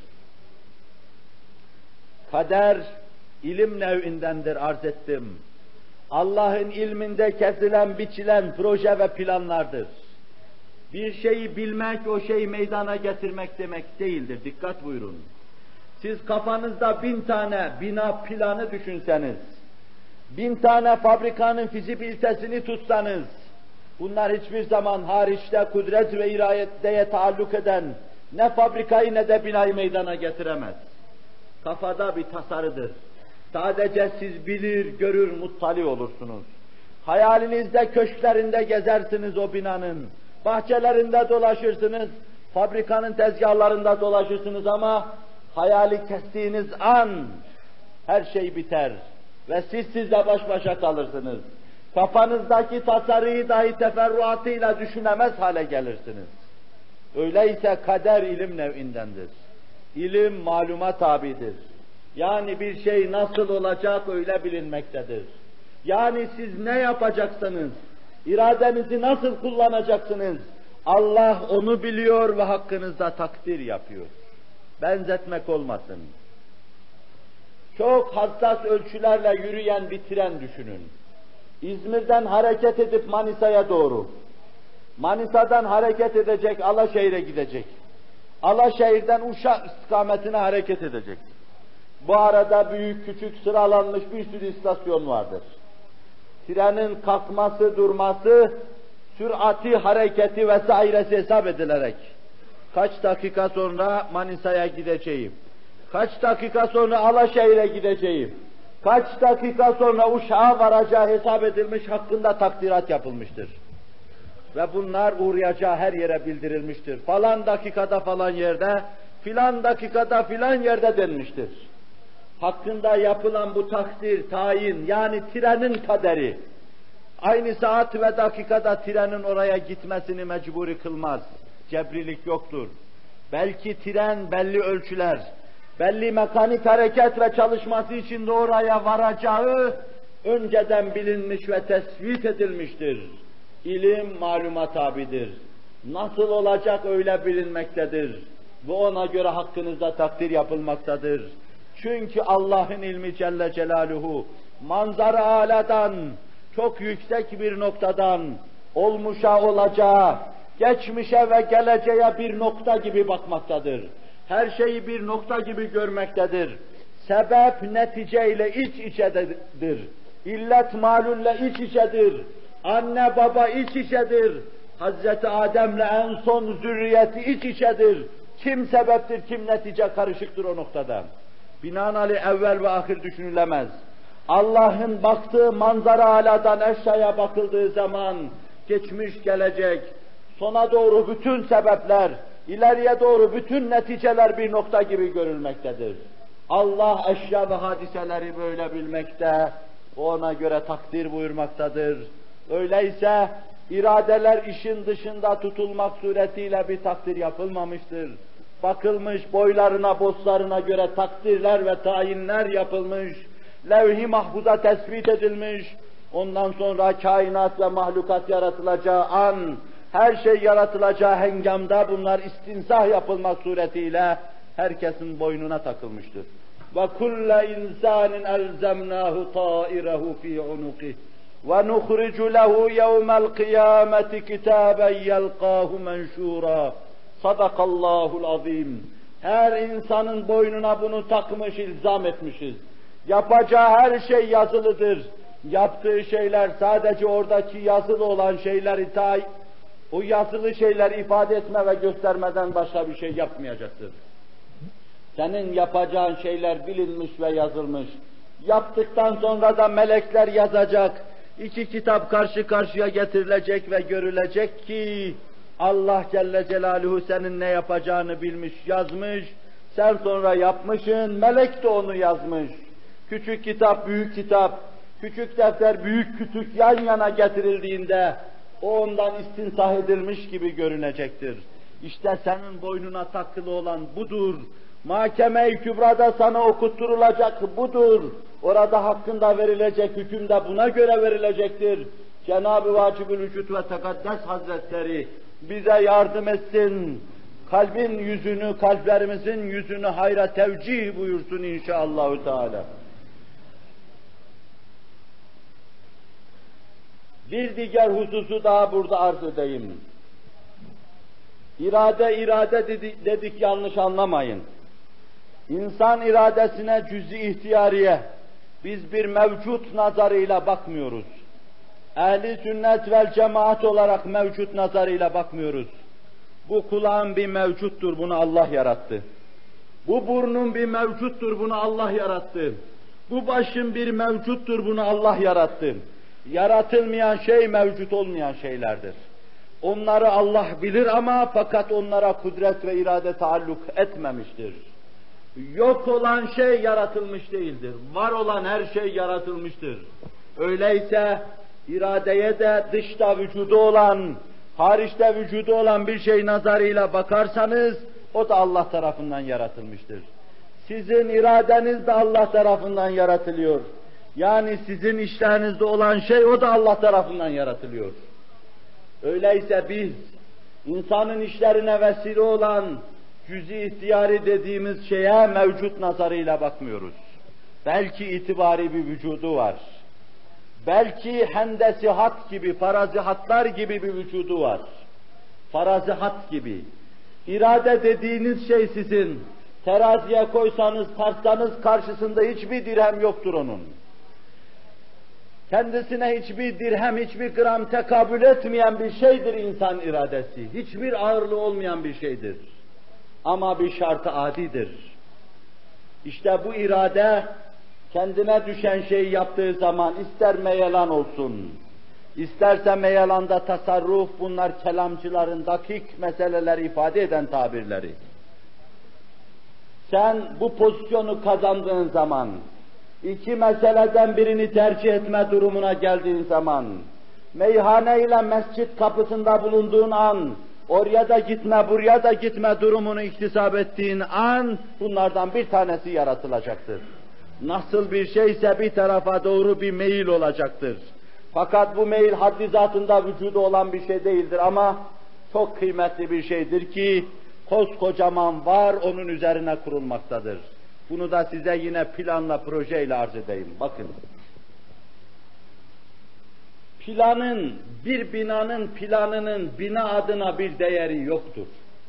Kader, ilim nev'indendir arz ettim. Allah'ın ilminde kesilen, biçilen proje ve planlardır. Bir şeyi bilmek, o şeyi meydana getirmek demek değildir. Dikkat buyurun. Siz kafanızda bin tane bina planı düşünseniz, bin tane fabrikanın fizibilitesini tutsanız, bunlar hiçbir zaman hariçte kudret ve iradeye taalluk eden ne fabrikayı ne de binayı meydana getiremez. Kafada bir tasarıdır. Sadece siz bilir, görür, muttali olursunuz. Hayalinizde köşklerinde gezersiniz o binanın, bahçelerinde dolaşırsınız, fabrikanın tezgahlarında dolaşırsınız ama hayali kestiğiniz an her şey biter ve siz sizle baş başa kalırsınız. Kafanızdaki tasarıyı dahi teferruatıyla düşünemez hale gelirsiniz. Öyleyse kader ilim nev'indendir. İlim maluma tabidir. Yani bir şey nasıl olacak öyle bilinmektedir. Yani siz ne yapacaksınız, iradenizi nasıl kullanacaksınız, Allah onu biliyor ve hakkınızda takdir yapıyor. Benzetmek olmasın. Çok hassas ölçülerle yürüyen bir tren düşünün. İzmir'den hareket edip Manisa'ya doğru, Manisa'dan hareket edecek, Alaşehir'e gidecek. Alaşehir'den Uşak istikametine hareket edecek. Bu arada büyük küçük sıralanmış bir sürü istasyon vardır. Trenin kalkması, durması, sürati, hareketi vesairesi hesap edilerek kaç dakika sonra Manisa'ya gideceğim, kaç dakika sonra Alaşehir'e gideceğim, kaç dakika sonra Uşak'a varacağı hesap edilmiş, hakkında takdirat yapılmıştır. Ve bunlar uğrayacağı her yere bildirilmiştir. Falan dakikada falan yerde, filan dakikada filan yerde denmiştir. Hakkında yapılan bu takdir, tayin, yani trenin kaderi, aynı saat ve dakikada trenin oraya gitmesini mecburi kılmaz. Cebrilik yoktur. Belki tren belli ölçüler, belli mekanik hareket ve çalışması için de oraya varacağı önceden bilinmiş ve tespit edilmiştir. İlim maluma tabidir. Nasıl olacak öyle bilinmektedir. Ve ona göre hakkınızda takdir yapılmaktadır. Çünkü Allah'ın ilmi Celle Celaluhu manzara aladan, çok yüksek bir noktadan olmuşa olacağı, geçmişe ve geleceğe bir nokta gibi bakmaktadır. Her şeyi bir nokta gibi görmektedir. Sebep neticeyle iç içedir. İllet malulle iç içedir. Anne baba iç içedir. Hazreti Adem'le en son zürriyeti iç içedir. Kim sebeptir, kim netice karışıktır o noktada. Binaenaleyh evvel ve ahir düşünülemez. Allah'ın baktığı manzara aladan eşyaya bakıldığı zaman geçmiş, gelecek, sona doğru bütün sebepler, ileriye doğru bütün neticeler bir nokta gibi görülmektedir. Allah eşya ve hadiseleri böyle bilmekte, ona göre takdir buyurmaktadır. Öyleyse iradeler işin dışında tutulmak suretiyle bir takdir yapılmamıştır. Bakılmış, boylarına, bozlarına göre takdirler ve tayinler yapılmış, levh-i mahfuza tespit edilmiş, ondan sonra kainat ve mahlukat yaratılacağı an, her şey yaratılacağı hengamda bunlar istinsah yapılmak suretiyle herkesin boynuna takılmıştır. وَكُلَّ اِنْسَانٍ اَلْزَمْنَاهُ طَائِرَهُ ف۪ي عُنُقِهِ وَنُخْرِجُ لَهُ يَوْمَ الْقِيَامَةِ كِتَابًا يَلْقَاهُ مَنْشُورًا Sadakallahul azim. Her insanın boynuna bunu takmış, ilzam etmişiz. Yapacağı her şey yazılıdır. Yaptığı şeyler sadece oradaki yazılı olan şeyleri tay, o yazılı şeyleri ifade etme ve göstermeden başka bir şey yapmayacaktır. Senin yapacağın şeyler bilinmiş ve yazılmış. Yaptıktan sonra da melekler yazacak. İki kitap karşı karşıya getirilecek ve görülecek ki Allah Celle Celaluhu senin ne yapacağını bilmiş, yazmış. Sen sonra yapmışsın, melek de onu yazmış. Küçük kitap, büyük kitap, küçük defter, büyük kütük yan yana getirildiğinde o ondan istinsah edilmiş gibi görünecektir. İşte senin boynuna takılı olan budur. Mahkeme-i Kübra'da sana okutturulacak budur. Orada hakkında verilecek hüküm de buna göre verilecektir. Cenab-ı Vacib-ül Vücud ve Tekaddes Hazretleri bize yardım etsin. Kalbin yüzünü, kalplerimizin yüzünü hayra tevcih buyursun inşallahü teala. Bir diğer hususu daha burada arz edeyim. İrade, irade dedik, dedik yanlış anlamayın. İnsan iradesine cüz-i ihtiyariye biz bir mevcut nazarıyla bakmıyoruz. Ehli sünnet vel cemaat olarak mevcut nazarıyla bakmıyoruz. Bu kulağın bir mevcuttur, bunu Allah yarattı. Bu burnun bir mevcuttur, bunu Allah yarattı. Bu başın bir mevcuttur, bunu Allah yarattı. Yaratılmayan şey mevcut olmayan şeylerdir. Onları Allah bilir ama fakat onlara kudret ve irade taalluk etmemiştir. Yok olan şey yaratılmış değildir. Var olan her şey yaratılmıştır. Öyleyse iradeye de dışta vücudu olan, hariçte vücudu olan bir şey nazarıyla bakarsanız o da Allah tarafından yaratılmıştır. Sizin iradeniz de Allah tarafından yaratılıyor. Yani sizin işlerinizde olan şey o da Allah tarafından yaratılıyor. Öyleyse biz insanın işlerine vesile olan cüz-i ihtiyari dediğimiz şeye mevcut nazarıyla bakmıyoruz. Belki itibari bir vücudu var. Belki hendesi hat gibi, farazihatlar gibi bir vücudu var. Farazihat gibi. İrade dediğiniz şey sizin Teraziye koysanız, tartsanız karşısında hiçbir dirhem yoktur onun. Kendisine hiçbir dirhem, hiçbir gram tekabül etmeyen bir şeydir insan iradesi. Hiçbir ağırlığı olmayan bir şeydir. Ama bir şartı adidir. İşte bu irade kendine düşen şeyi yaptığı zaman ister meyelan olsun, isterse meyelanda tasarruf, bunlar kelamcıların dakik meseleleri ifade eden tabirleri. Sen bu pozisyonu kazandığın zaman, iki meseleden birini tercih etme durumuna geldiğin zaman, meyhane ile mescit kapısında bulunduğun an, oraya da gitme, buraya da gitme durumunu iktisap ettiğin an, bunlardan bir tanesi yaratılacaktır. Nasıl bir şeyse bir tarafa doğru bir meyil olacaktır. Fakat bu meyil haddi zatında vücudu olan bir şey değildir ama çok kıymetli bir şeydir ki, koskocaman var onun üzerine kurulmaktadır. Bunu da size yine planla, projeyle arz edeyim. Bakın. Planın, bir binanın planının bina adına bir değeri yoktur.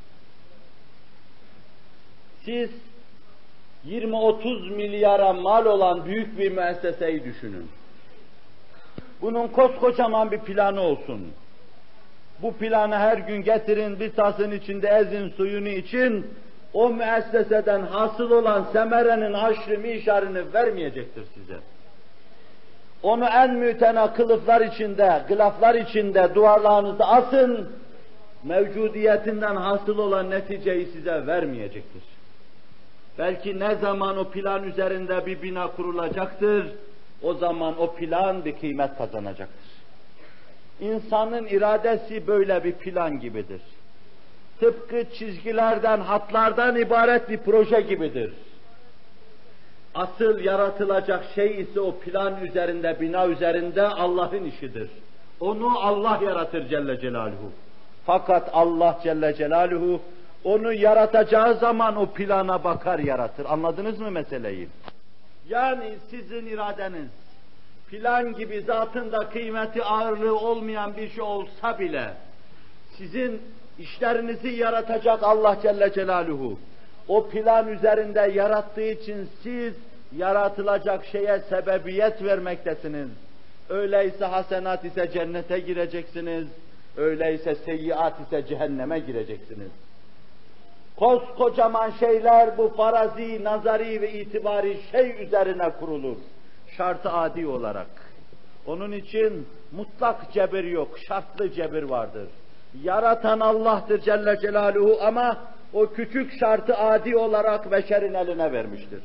Siz yirmi otuz milyara mal olan büyük bir müesseseyi düşünün. Bunun koskocaman bir planı olsun. Bu planı her gün getirin, bir tasın içinde ezin, suyunu için, o müesseseden hasıl olan semerenin haşrı mişarını vermeyecektir size. Onu en mütena kılıflar içinde, gılaflar içinde duvarlarınızı asın, mevcudiyetinden hasıl olan neticeyi size vermeyecektir. Belki ne zaman o plan üzerinde bir bina kurulacaktır, o zaman o plan bir kıymet kazanacaktır. İnsanın iradesi böyle bir plan gibidir. Tıpkı çizgilerden, hatlardan ibaret bir proje gibidir. Asıl yaratılacak şey ise o plan üzerinde, bina üzerinde Allah'ın işidir. Onu Allah yaratır Celle Celaluhu. Fakat Allah Celle Celaluhu onu yaratacağı zaman o plana bakar yaratır. Anladınız mı meseleyi? Yani sizin iradeniz, plan gibi zatında kıymeti ağırlığı olmayan bir şey olsa bile, sizin işlerinizi yaratacak Allah Celle Celaluhu, o plan üzerinde yarattığı için siz yaratılacak şeye sebebiyet vermektesiniz. Öyleyse hasenat ise cennete gireceksiniz, öyleyse seyyiat ise cehenneme gireceksiniz. Koskocaman şeyler bu farazi, nazari ve itibari şey üzerine kurulur. Şartı adi olarak. Onun için mutlak cebir yok, şartlı cebir vardır. Yaratan Allah'tır Celle Celaluhu ama o küçük şartı adi olarak beşerin eline vermiştir.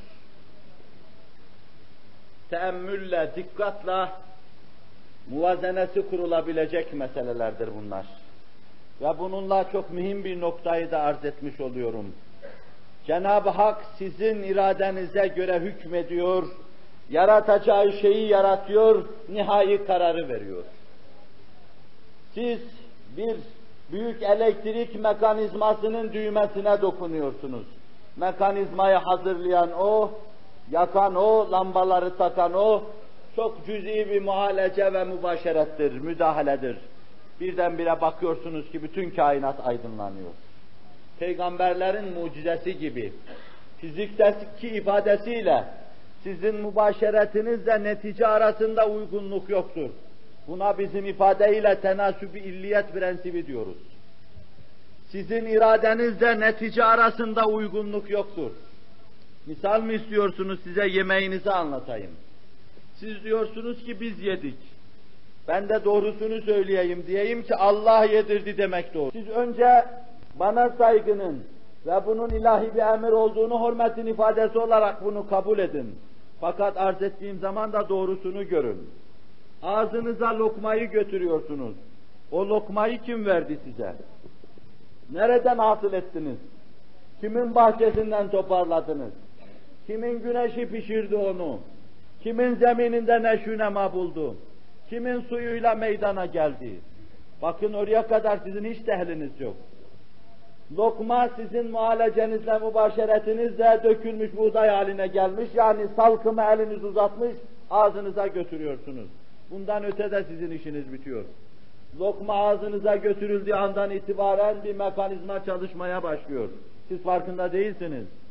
Teemmülle, dikkatle muvazenesi kurulabilecek meselelerdir bunlar. Ve bununla çok mühim bir noktayı da arz etmiş oluyorum. Cenab-ı Hak sizin iradenize göre hükmediyor, yaratacağı şeyi yaratıyor, nihai kararı veriyor. Siz bir büyük elektrik mekanizmasının düğmesine dokunuyorsunuz. Mekanizmayı hazırlayan o, yakan o, lambaları takan o, çok cüz'i bir muhalece ve mübaşerettir, müdahaledir. Birdenbire bakıyorsunuz ki bütün kainat aydınlanıyor. Peygamberlerin mucizesi gibi, fizikteki ifadesiyle sizin mübaşeretinizle netice arasında uygunluk yoktur. Buna bizim ifadeyle tenasüb-i illiyet prensibi diyoruz. Sizin iradenizle netice arasında uygunluk yoktur. Misal mi istiyorsunuz, size yemeğinizi anlatayım. Siz diyorsunuz ki biz yedik. Ben de doğrusunu söyleyeyim, diyeyim ki Allah yedirdi demek doğru. Siz önce bana saygının ve bunun ilahi bir emir olduğunu hürmetin ifadesi olarak bunu kabul edin. Fakat arz ettiğim zaman da doğrusunu görün. Ağzınıza lokmayı götürüyorsunuz. O lokmayı kim verdi size? Nereden hasıl ettiniz? Kimin bahçesinden toparladınız? Kimin güneşi pişirdi onu? Kimin zemininde neşünema buldu? Kimin suyuyla meydana geldi? Bakın oraya kadar sizin hiç tehliniz yok. Lokma sizin muhalecenizle, mübaşeretinizle dökülmüş buğday haline gelmiş, yani salkımı eliniz uzatmış, ağzınıza götürüyorsunuz. Bundan öte de sizin işiniz bitiyor. Lokma ağzınıza götürüldüğü andan itibaren bir mekanizma çalışmaya başlıyor. Siz farkında değilsiniz.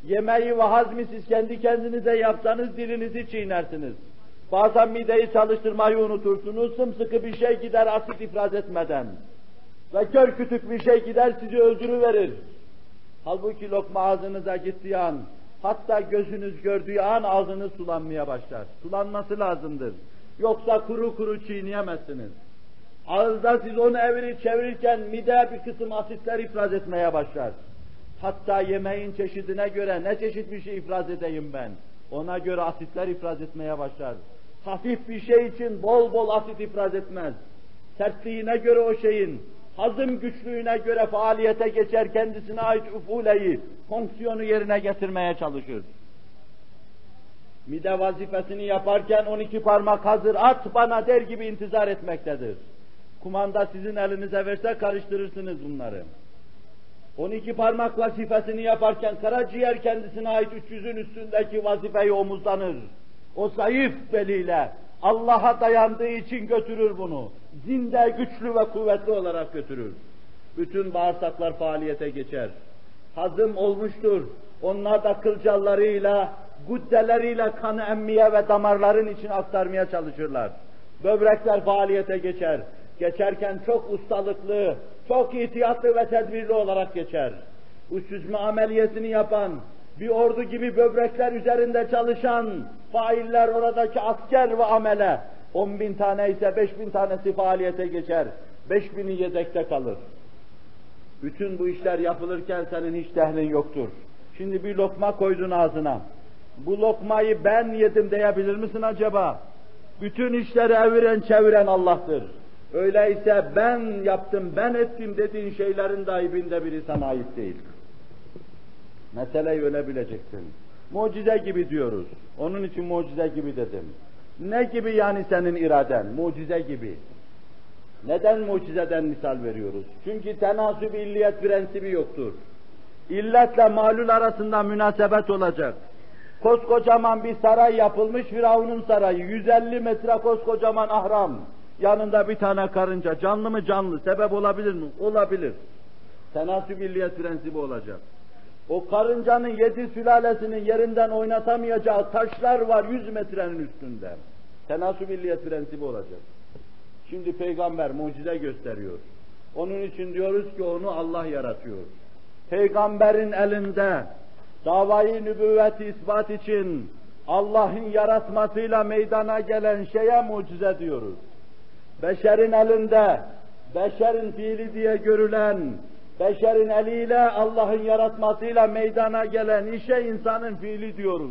Yemeği ve hazmi siz kendi kendinize yapsanız dilinizi çiğnersiniz. Bazen mideyi çalıştırmayı unutursunuz, sımsıkı bir şey gider asit ifraz etmeden. Ve kör kütük bir şey gider sizi öldürüverir. Halbuki lokma ağzınıza gittiği an, hatta gözünüz gördüğü an ağzınız sulanmaya başlar. Sulanması lazımdır. Yoksa kuru kuru çiğneyemezsiniz. Ağızda siz onu evirip çevirirken mide bir kısım asitler ifraz etmeye başlar. Hatta yemeğin çeşidine göre ne çeşit bir şey ifraz edeyim ben, ona göre asitler ifraz etmeye başlar. Hafif bir şey için bol bol asit ifraz etmez. Sertliğine göre o şeyin, hazım güçlüğüne göre faaliyete geçer, kendisine ait ufuleyi, fonksiyonu yerine getirmeye çalışır. Mide vazifesini yaparken on iki parmak hazır, at bana der gibi intizar etmektedir. Kumanda sizin elinize verse karıştırırsınız bunları. on iki parmak vazifesini yaparken karaciğer kendisine ait üç yüzün üstündeki vazifeyi omuzlanır. O zayıf beliyle Allah'a dayandığı için götürür bunu. Zinde, güçlü ve kuvvetli olarak götürür. Bütün bağırsaklar faaliyete geçer. Hazım olmuştur. Onlar da kılcallarıyla, guddeleriyle kanı emmeye ve damarların içine aktarmaya çalışırlar. Böbrekler faaliyete geçer. Geçerken çok ustalıklı, çok ihtiyatlı ve tedbirli olarak geçer. Bu süzme ameliyesini yapan, bir ordu gibi böbrekler üzerinde çalışan failler, oradaki asker ve amele, on bin tane ise beş bin tanesi faaliyete geçer, beş bini yedekte kalır. Bütün bu işler yapılırken senin hiç dehlin yoktur. Şimdi bir lokma koydun ağzına, bu lokmayı ben yedim diyebilir misin acaba? Bütün işleri eviren çeviren Allah'tır. Öyleyse ben yaptım, ben ettim dediğin şeylerin dahi binde biri sana ait değil. Meseleyi öyle bileceksin. Mucize gibi diyoruz. Onun için mucize gibi dedim. Ne gibi yani senin iraden? Mucize gibi. Neden mucizeden misal veriyoruz? Çünkü tenasüb illiyet prensibi yoktur. İlletle malul arasında münasebet olacak. Koskocaman bir saray yapılmış, Firavun'un sarayı. yüz elli metre koskocaman ahram. Yanında bir tane karınca. Canlı mı canlı? Sebep olabilir mi? Olabilir. Tenasüb illiyet prensibi olacak. O karıncanın yedi sülalesinin yerinden oynatamayacağı taşlar var yüz metrenin üstünde. Tenasüb illiyet prensibi olacak. Şimdi peygamber mucize gösteriyor. Onun için diyoruz ki onu Allah yaratıyor. Peygamberin elinde davayı nübüvveti ispat için Allah'ın yaratmasıyla meydana gelen şeye mucize diyoruz. Beşerin elinde, beşerin fiili diye görülen, beşerin eliyle Allah'ın yaratmasıyla meydana gelen işe insanın fiili diyoruz.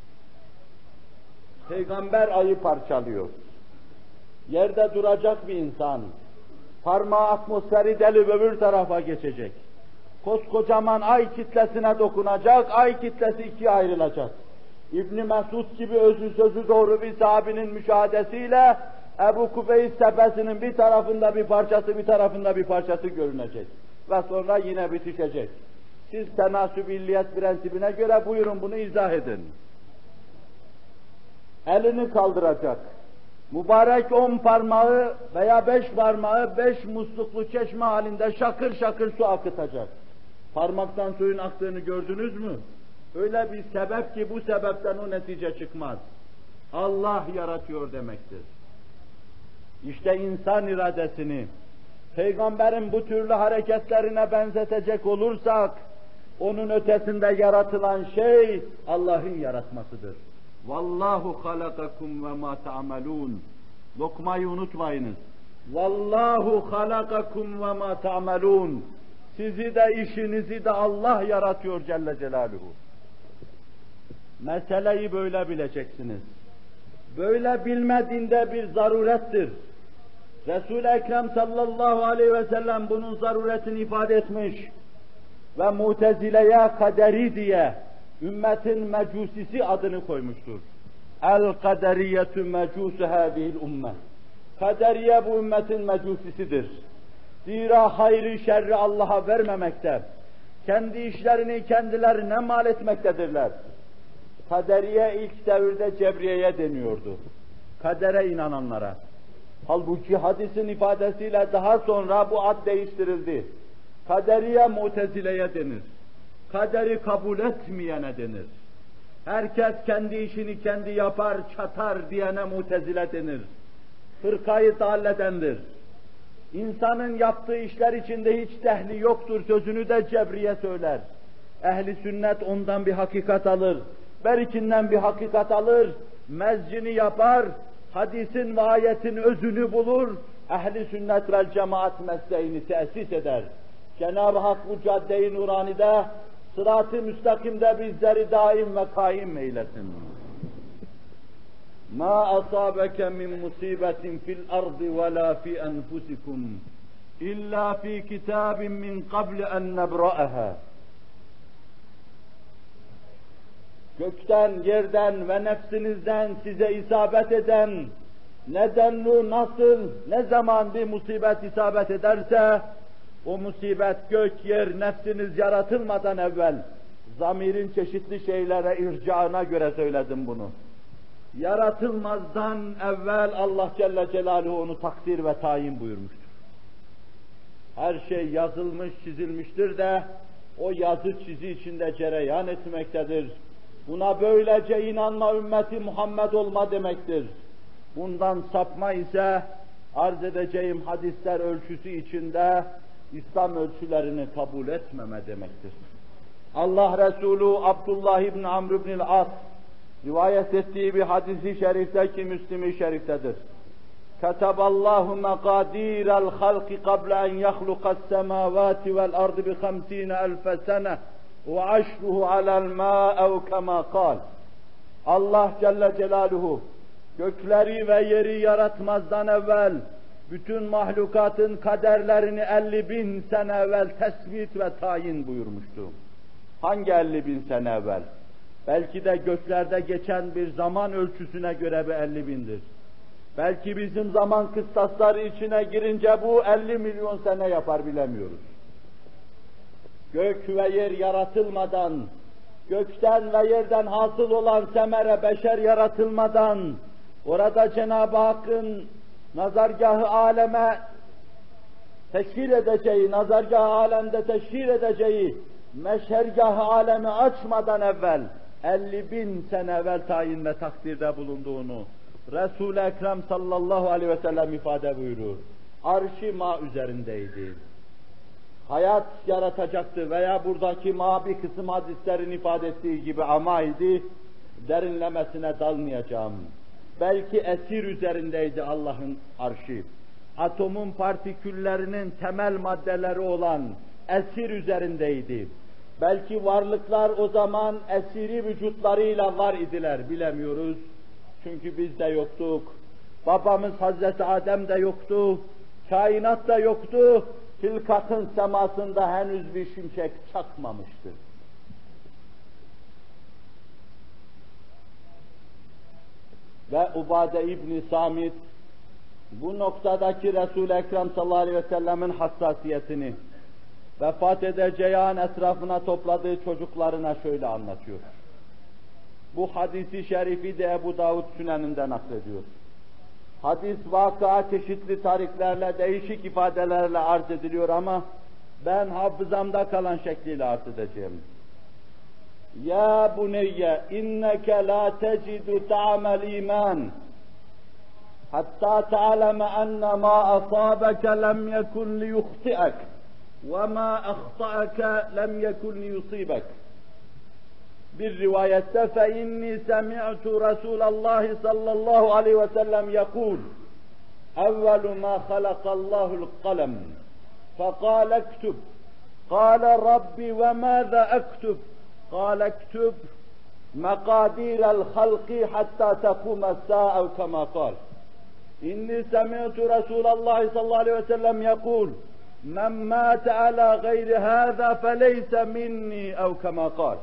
Peygamber ayı parçalıyor. Yerde duracak bir insan, parmağı atmosferi delip öbür tarafa geçecek. Koskocaman ay kitlesine dokunacak, ay kitlesi ikiye ayrılacak. İbn-i Mesud gibi özü sözü doğru bir sahabinin müşahadesiyle Ebu Kubeys tepesinin bir tarafında bir parçası, bir tarafında bir parçası görünecek. Ve sonra yine bitişecek. Siz tenasüb illiyet prensibine göre buyurun bunu izah edin. Elini kaldıracak. Mübarek on parmağı veya beş parmağı beş musluklu çeşme halinde şakır şakır su akıtacak. Parmaktan suyun aktığını gördünüz mü? Öyle bir sebep ki bu sebepten o netice çıkmaz. Allah yaratıyor demektir. İşte insan iradesini Peygamberin bu türlü hareketlerine benzetecek olursak, onun ötesinde yaratılan şey Allah'ın yaratmasıdır. Vallahu halakakum ve ma ta'malun. Lokmayı unutmayınız. Vallahu halakakum ve ma ta'malun. Sizi de işinizi de Allah yaratıyor Celle Celaluhu. Meseleyi böyle bileceksiniz. Böyle bilmediğinde bir zarurettir. Resul-i Ekrem sallallahu aleyhi ve sellem bunun zaruretini ifade etmiş ve Mutezile'ye kaderi diye ümmetin mecusisi adını koymuştur. El-kaderiyyetü mecusu hâzihil ummet. Kaderiye bu ümmetin mecusisidir. Zira hayrı şerri Allah'a vermemekte, kendi işlerini kendilerine mal etmektedirler. Kaderiye ilk devirde Cebriye'ye deniyordu. Kadere inananlara. Halbuki hadisin ifadesiyle daha sonra bu ad değiştirildi. Kaderiye Mutezile'ye denir. kaderi kabul etmeyene denir. Herkes kendi işini kendi yapar, çatar diyene Mutezile denir. Fırkayı dalledendir. İnsanın yaptığı işler içinde hiç dehli yoktur sözünü de Cebriye söyler. Ehli sünnet ondan bir hakikat alır, berikinden bir hakikat alır, mezcini yapar, hadisin ve ayetin özünü bulur, ehli sünnet vel cemaat mesleğini tesis eder. Cenab-ı Hak bu cadde-i nuranide, sırat-ı müstakimde bizleri daim ve kaim eylesin. مَا أَصَابَكَ مِنْ مُصِيبَةٍ فِي الْأَرْضِ وَلَا فِي أَنْفُسِكُمْ إِلَّا فِي كِتَابٍ مِنْ قَبْلِ أَنْ نَبْرَأَهَا. Gökten, yerden ve nefsinizden size isabet eden, nedenli, nasıl, ne zaman bir musibet isabet ederse, o musibet gök, yer, nefsiniz yaratılmadan evvel, zamirin çeşitli şeylere ircaına göre söyledim bunu. Yaratılmazdan evvel Allah Celle Celaluhu onu takdir ve tayin buyurmuştur. Her şey yazılmış, çizilmiştir de, o yazı çizi içinde cereyan etmektedir. Buna böylece inanma ümmeti Muhammed olma demektir. Bundan sapma ise arz edeceğim hadisler ölçüsü içinde İslam ölçülerini kabul etmeme demektir. Allah Resulü Abdullah İbni Amr İbni As rivayet ettiği bir hadisi şerifte ki Müslim-i Şerif'tedir. Kataballahu maqadirel halqi qabla en yahluqas semavati vel ardı bi hamsine elfe sene ve aşruhu alel ma ev kema kal. Allah Celle Celaluhu gökleri ve yeri yaratmazdan evvel bütün mahlukatın kaderlerini elli bin sene evvel tespit ve tayin buyurmuştu. Hangi elli bin sene evvel? Belki de göklerde geçen bir zaman ölçüsüne göre bir elli bindir. Belki bizim zaman kıstasları içine girince bu elli milyon sene yapar bilemiyoruz. Gök ve yer yaratılmadan, gökten ve yerden hasıl olan semere beşer yaratılmadan, orada Cenab-ı Hakk'ın nazargahı aleme teşhir edeceği, nazargahı alemde teşhir edeceği, meşhergahı alemi açmadan evvel, elli bin sene evvel tayin ve takdirde bulunduğunu Resul-i Ekrem sallallahu aleyhi ve sellem ifade buyurur. Arş-ı ma üzerindeydi. Hayat yaratacaktı veya buradaki ma bir kısım hadislerin ifade ettiği gibi ama idi, derinlemesine dalmayacağım. Belki esir üzerindeydi Allah'ın arşı. Atomun partiküllerinin temel maddeleri olan esir üzerindeydi. Belki varlıklar o zaman esiri vücutlarıyla var idiler, bilemiyoruz. Çünkü biz de yoktuk. Babamız Hazreti Adem de yoktu. Kainat da yoktu. Hilkatın semasında henüz bir şimşek çakmamıştı. Ve Ubade İbni Samit bu noktadaki Resul-i Ekrem sallallahu aleyhi ve sellemin hassasiyetini vefat edeceği an etrafına topladığı çocuklarına şöyle anlatıyor. Bu hadisi şerifi de Ebu Davud Sünen'inde naklediyor. Hadis vakıa çeşitli tariklerle, değişik ifadelerle arz ediliyor ama ben hafızamda kalan şekliyle arz edeceğim. Ya buneyye inneke la tecidu ta'amel iman hatta ta'leme enne ma asabeke lem yekun liyuhti'ek ve ma ahta'eke lem yekun liyusibek. Bir rivayette fe inni semi'tu Resulallah sallallahu aleyhi ve sellem yekul evvelu ma halakallahul kalem fekal ektub kâle Rabbi ve mâze ektub قال اكتب مقادير الخلق حتى تقوم الساعة كما قال إني سمعت رسول الله صلى الله عليه وسلم يقول من مات على غير هذا فليس مني أو كما قال.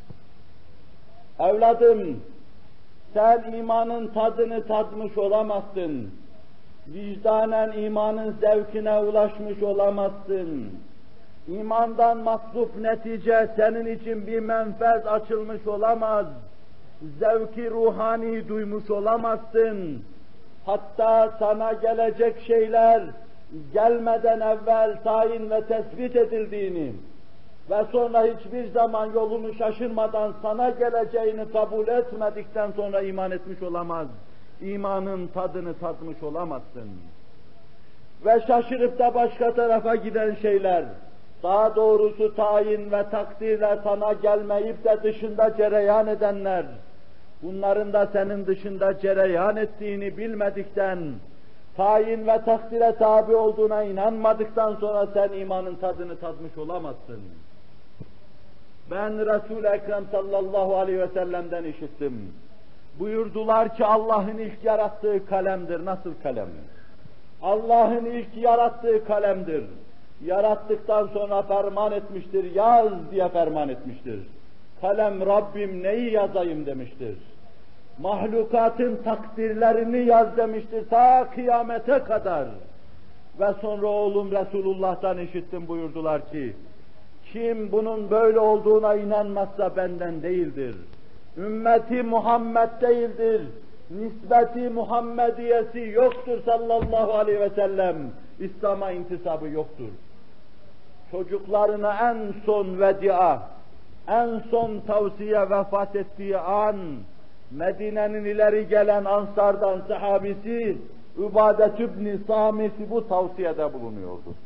Evladım, sen imanın tadını tatmış olamazsın. Vicdanen imanın zevkine ulaşmış olamazsın. İmandan matlub netice senin için bir menfez açılmış olamaz. Zevki ruhani duymuş olamazsın. Hatta sana gelecek şeyler gelmeden evvel tayin ve tespit edildiğini, ve sonra hiçbir zaman yolunu şaşırmadan sana geleceğini kabul etmedikten sonra iman etmiş olamaz. İmanın tadını tatmış olamazsın. Ve şaşırıp da başka tarafa giden şeyler, daha doğrusu tayin ve takdirle sana gelmeyip de dışında cereyan edenler, bunların da senin dışında cereyan ettiğini bilmedikten, tayin ve takdire tabi olduğuna inanmadıktan sonra sen imanın tadını tatmış olamazsın. Ben Resul-i Ekrem sallallahu aleyhi ve sellem'den işittim. Buyurdular ki Allah'ın ilk yarattığı kalemdir. Nasıl kalem? Allah'ın ilk yarattığı kalemdir. Yarattıktan sonra ferman etmiştir, yaz diye ferman etmiştir. Kalem Rabbim neyi yazayım demiştir. Mahlukatın takdirlerini yaz demiştir ta kıyamete kadar. Ve sonra oğlum Resulullah'tan işittim buyurdular ki, kim bunun böyle olduğuna inanmazsa benden değildir. Ümmeti Muhammed değildir. Nisbeti Muhammediyesi yoktur sallallahu aleyhi ve sellem. İslam'a intisabı yoktur. Çocuklarına en son vedia, en son tavsiye vefat ettiği an, Medine'nin ileri gelen Ansar'dan sahabisi Übadet ibn Samit bu tavsiyede bulunuyordu.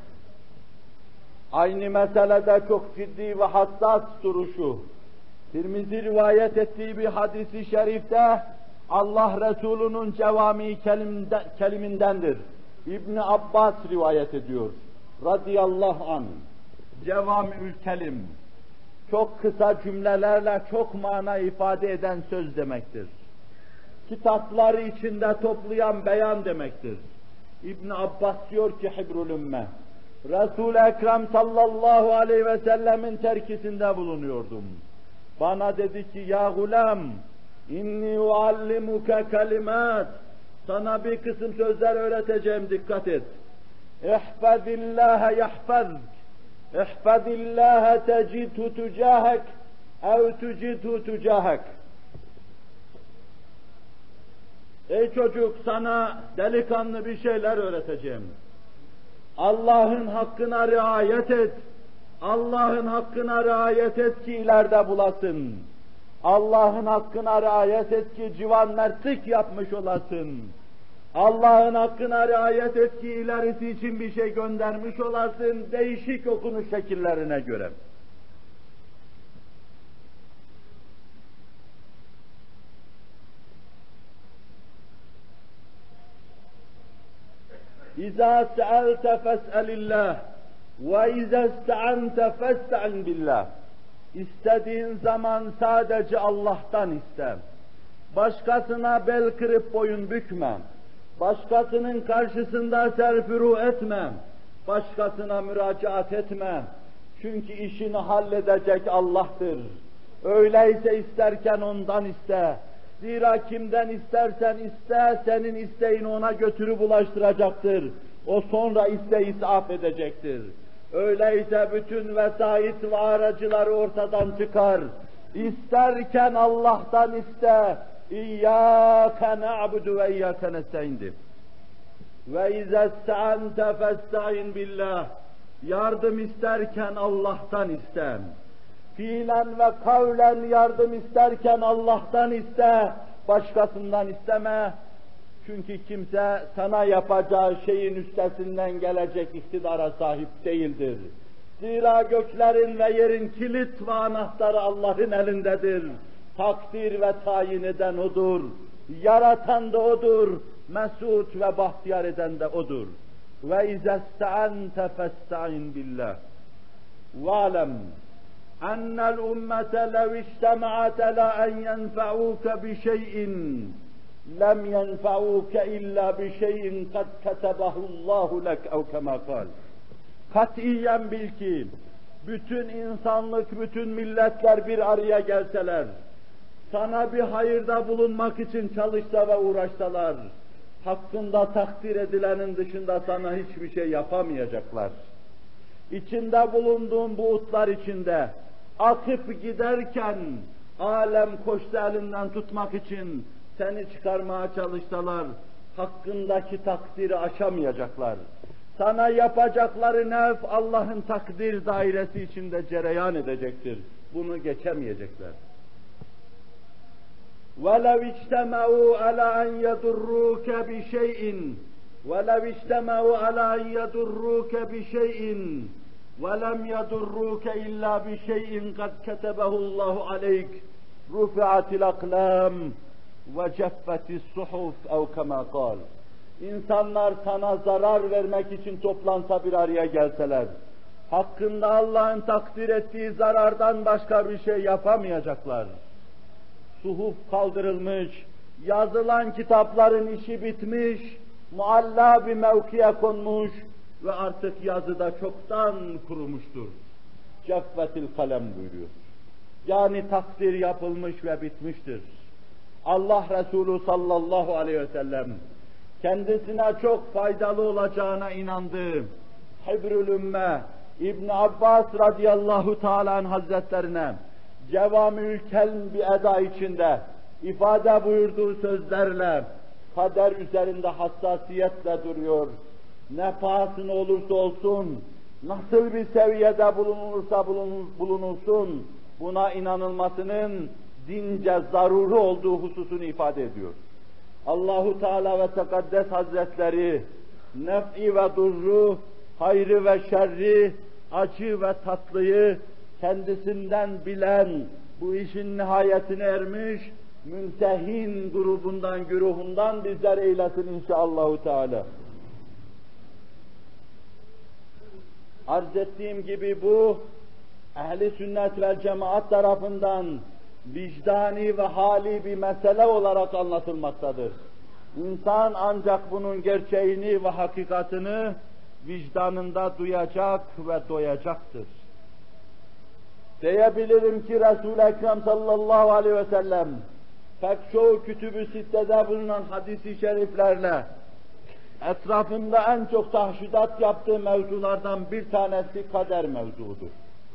Aynı meselede çok ciddi ve hassas duruşu, Tirmizi rivayet ettiği bir hadisi şerifte Allah Resulü'nün cevami kelimindendir. İbn Abbas rivayet ediyor. Radıyallahu anh. Cevami'ül kelim. Çok kısa cümlelerle çok mana ifade eden söz demektir. Kitapları içinde toplayan beyan demektir. İbn Abbas diyor ki Hibrul Ümme, Resul-i Ekrem sallallahu aleyhi ve sellemin terkisinde bulunuyordum. Bana dedi ki ya gulam, inni uallimuke kelimat, sana bir kısım sözler öğreteceğim, dikkat et. İhfazillâhe yahfazk, ihfazillâhe tecidhu tücahek, ev tücidhu tücahek. Ey çocuk, sana delikanlı bir şeyler öğreteceğim. Allah'ın hakkına riayet et. Allah'ın hakkına riayet et ki ileride bulasın. Allah'ın hakkına riayet et ki civan mertlik yapmış olasın. Allah'ın hakkına riayet et ki ilerisi için bir şey göndermiş olasın, değişik okunuş şekillerine göre. İzâ se'elte fes'elillah ve izâ ista'ante festa'in billah. İstediğin zaman sadece Allah'tan iste. Başkasına bel kırıp boyun bükme. Başkasının karşısında serfuru etme. Başkasına müracaat etme. Çünkü işini halledecek Allah'tır. Öyleyse isterken ondan iste. Zira kimden istersen iste, senin isteğini ona götürüp ulaştıracaktır. O sonra isteği isaf edecektir. Öyleyse bütün vesait ve aracıları ortadan çıkar. İsterken Allah'tan iste. İyyâke na'budu ve iyyâke nesta'in. Ve izâ ista'ante festa'in billah. Yardım isterken Allah'tan iste. Fiilen ve kavlen yardım isterken Allah'tan iste, başkasından isteme. Çünkü kimse sana yapacağı şeyin üstesinden gelecek iktidara sahip değildir. Zira göklerin ve yerin kilit ve anahtarı Allah'ın elindedir. Takdir ve tayin eden O'dur. Yaratan da O'dur. Mesut ve bahtiyar eden de O'dur. Ve izâ ista'ante festa'in billah. Ve'lem أن الأمة لو اجتمعت على أن ينفعوك بشيء لم ينفعوك إلا بشيء قد كتبه الله لك أو كما قال. Katiyen bil ki, bütün insanlık, bütün milletler bir araya gelseler, sana bir hayırda bulunmak için çalışsa ve uğraşsalar, hakkında takdir edilenin dışında sana hiçbir şey yapamayacaklar. İçinde bulunduğun bu utlar içinde, akıp giderken, alem koştu elinden tutmak için seni çıkarmaya çalışsalar, hakkındaki takdiri aşamayacaklar. sana yapacakları nef Allah'ın takdir dairesi içinde cereyan edecektir. Bunu geçemeyecekler. وَلَوْ اِجْتَمَعُوا عَلَى أَنْ يَضُرُّوكَ بِشَيْءٍ وَلَوْ اِجْتَمَعُوا عَلَى أَنْ يَضُرُّوكَ بِشَيْءٍ وَلَمْ يَضُرُّوكَ إِلَّا بِشَيْءٍ قَدْ كَتَبَهُ اللّٰهُ عَلَيْكَ رُفِعَتِ الْأَقْلَامُ وَجَفَّتِ الصُّحُفُ اَوْ كَمَا قَالَ. İnsanlar sana zarar vermek için toplansa bir araya gelseler, hakkında Allah'ın takdir ettiği zarardan başka bir şey yapamayacaklar. Suhuf kaldırılmış, yazılan kitapların işi bitmiş, mualla bir mevkiye konmuş ve artık yazıda çoktan kurumuştur. Ceffetil kalem buyuruyor. Yani takdir yapılmış ve bitmiştir. Allah Resulü sallallahu aleyhi ve sellem kendisine çok faydalı olacağına inandığı Hibrül Ümme İbn Abbas radıyallahu teala anh hazretlerine Cevamül Kelm bir eda içinde ifade buyurduğu sözlerle kader üzerinde hassasiyetle duruyor. Ne pahasına olursa olsun, nasıl bir seviyede bulunursa bulunulsun, buna inanılmasının dince zaruri olduğu hususunu ifade ediyor. Allahu Teala ve Tekaddes Hazretleri nef'i ve durru, hayrı ve şerri, acı ve tatlıyı kendisinden bilen, bu işin nihayetine ermiş, müntehin grubundan, güruhundan bizler eylesin inşallahü teala. Arz ettiğim gibi bu, ehli sünnet ve cemaat tarafından vicdani ve hali bir mesele olarak anlatılmaktadır. İnsan ancak bunun gerçeğini ve hakikatini vicdanında duyacak ve doyacaktır. Diyebilirim ki Resul-i Ekrem sallallahu aleyhi ve sellem pek çoğu kütüb-ü sittede bulunan hadis-i şeriflerle etrafında en çok tahşidat yaptığı mevzulardan bir tanesi kader mevzuudur.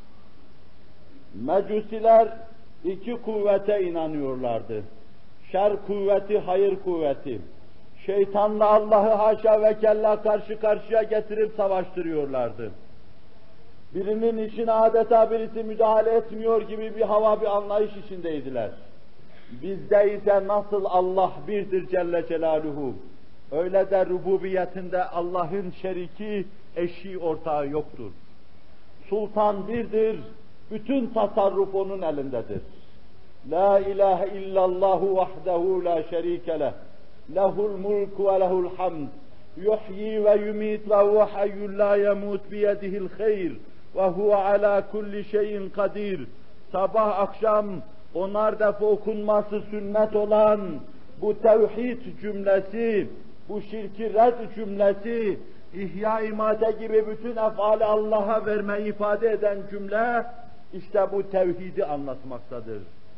Mecusiler iki kuvvete inanıyorlardı. Şer kuvveti, hayır kuvveti. Şeytanla Allah'ı haşa ve kella karşı karşıya getirip savaştırıyorlardı. Birinin işine adeta birisi müdahale etmiyor gibi bir hava, bir anlayış içindeydiler. Bizde ise nasıl Allah birdir Celle Celaluhu, öyle de rububiyetinde Allah'ın şeriki, eşi, ortağı yoktur. Sultan birdir, bütün tasarruf onun elindedir. La ilahe illallahu vahdehu la şerike leh, lehul mulku ve lehul hamd, yuhyi ve yumit ve huve hayyun la yemut biyedihil hayr ve huve ala kulli şeyin kadir. Sabah akşam onar defa okunması sünnet olan bu tevhid cümlesi, bu şirki red cümlesi, ihya imate gibi bütün efali Allah'a vermeyi ifade eden cümle, işte bu tevhidi anlatmaktadır.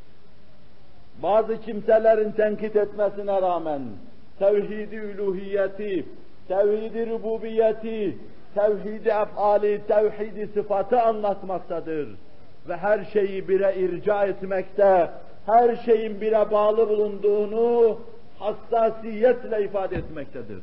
Bazı kimselerin tenkit etmesine rağmen tevhid-i üluhiyeti, tevhid-i rububiyeti, tevhid-i efali, tevhid-i sıfatı anlatmaktadır. Ve her şeyi bire irca etmekte, her şeyin bire bağlı bulunduğunu hassasiyetle ifade etmektedir.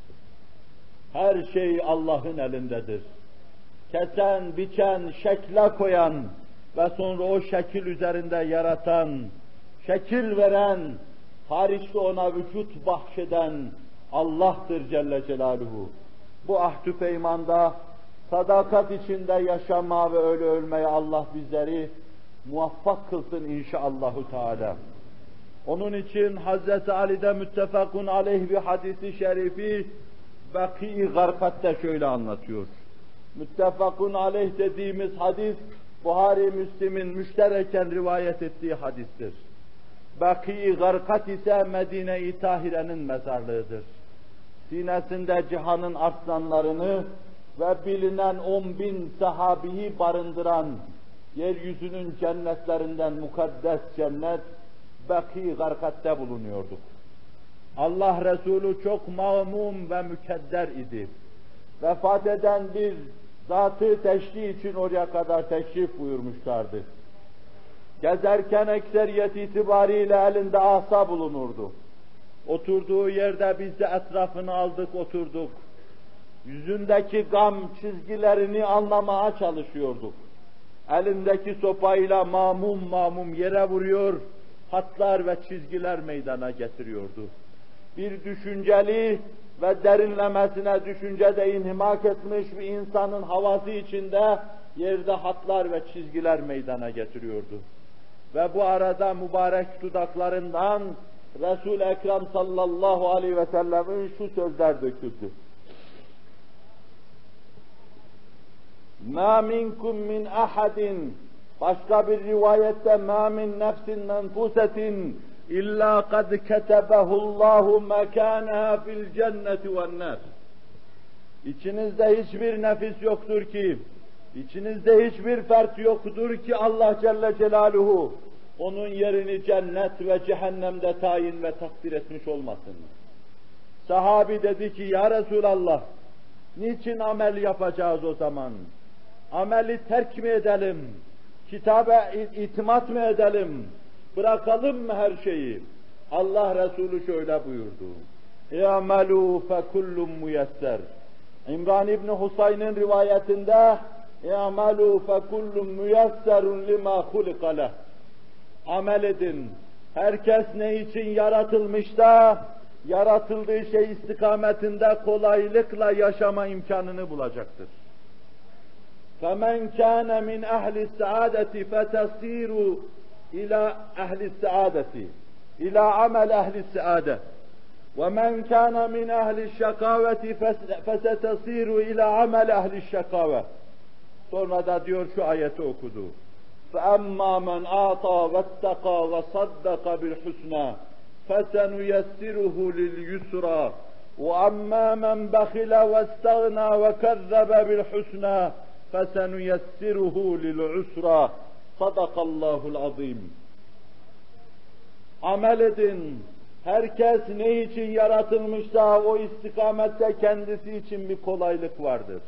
Her şey Allah'ın elindedir. Kesen, biçen, şekle koyan ve sonra o şekil üzerinde yaratan, şekil veren, hariçte ona vücut bahşeden Allah'tır Celle Celaluhu. Bu ahdü peymanda sadakat içinde yaşama ve öyle ölmeye Allah bizleri muvaffak kılsın inşallahü teala. Onun için Hazreti Ali'de müttefakun aleyh bir hadisi şerifi Baki-i Garkat'ta şöyle anlatıyor. Müttefakun aleyh dediğimiz hadis Buhari Müslim'in müştereken rivayet ettiği hadistir. Baki-i Garkat ise Medine-i Tahire'nin mezarlığıdır. Sinesinde cihanın arslanlarını ve bilinen on bin sahabiyi barındıran yeryüzünün cennetlerinden mukaddes cennet Baki-i Garkat'ta bulunuyorduk. Allah Resulü çok mağmum ve mükedder idi. Vefat eden bir zatı teşrih için oraya kadar teşrif buyurmuşlardı. Gezerken ekseriyet itibariyle elinde asa bulunurdu. Oturduğu yerde biz de etrafını aldık, oturduk. yüzündeki gam çizgilerini anlamaya çalışıyorduk. Elindeki sopayla mamum mamum yere vuruyor, hatlar ve çizgiler meydana getiriyordu. Bir düşünceli ve derinlemesine düşüncede inhimak etmiş bir insanın havası içinde yerde hatlar ve çizgiler meydana getiriyordu. Ve bu arada mübarek dudaklarından Resul-i Ekrem sallallahu aleyhi ve sellemin şu sözler döküldü. مَا مِنْكُمْ مِنْ أَحَدٍ Başka bir rivayette مَا مِنْ نَفْسٍ مَنْفُسَةٍ İlla kad ketebehullahu mekâneha fil cenneti ven nar. İçinizde hiçbir nefis yoktur ki, içinizde hiçbir fert yoktur ki Allah Celle Celaluhu onun yerini cennet ve cehennemde tayin ve takdir etmiş olmasın. Sahabi dedi ki, ya Resulallah, niçin amel yapacağız o zaman? Ameli terk mi edelim? Kitabe itimat mı edelim? Bırakalım mı her şeyi? Allah Resulü şöyle buyurdu. İ'melû fekullun müyesser. İmran İbni Husayn'ın rivayetinde İ'melû fekullun müyesserun lima hulika leh. Amel edin. Herkes ne için yaratılmışsa yaratıldığı şey istikametinde kolaylıkla yaşama imkanını bulacaktır. فَمَنْ كَانَ مِنْ أَهْلِ السَّعَادَةِ فَتَصِيرُ إِلَى أَهْلِ السَّعَادَةِ إِلَى عَمَلِ أَهْلِ السَّعَادَةِ وَمَنْ كَانَ مِنْ أَهْلِ الشَّقَاوَةِ فَسَتَصِيرُ إِلَى عَمَلِ أَهْلِ الشَّقَاوَةِ Sonra da diyor şu ayeti okudu. فَأَمَّا مَنْ آطَى وَاتَّقَى وَصَدَّقَ بِالْحُسْنَى فَسَنُيَسِّرُهُ لِلْيُسْرَى وَأَمَّا مَنْ بَخِلَ وَاسْتَغْنَى وَكَذَّبَ بِالْحُسْنَى فَسَنُيَسِّرُهُ لِلْعُسْرَى Sadakallahul azim. Amel edin. Herkes ne için yaratılmışsa o istikamette kendisi için bir kolaylık vardır.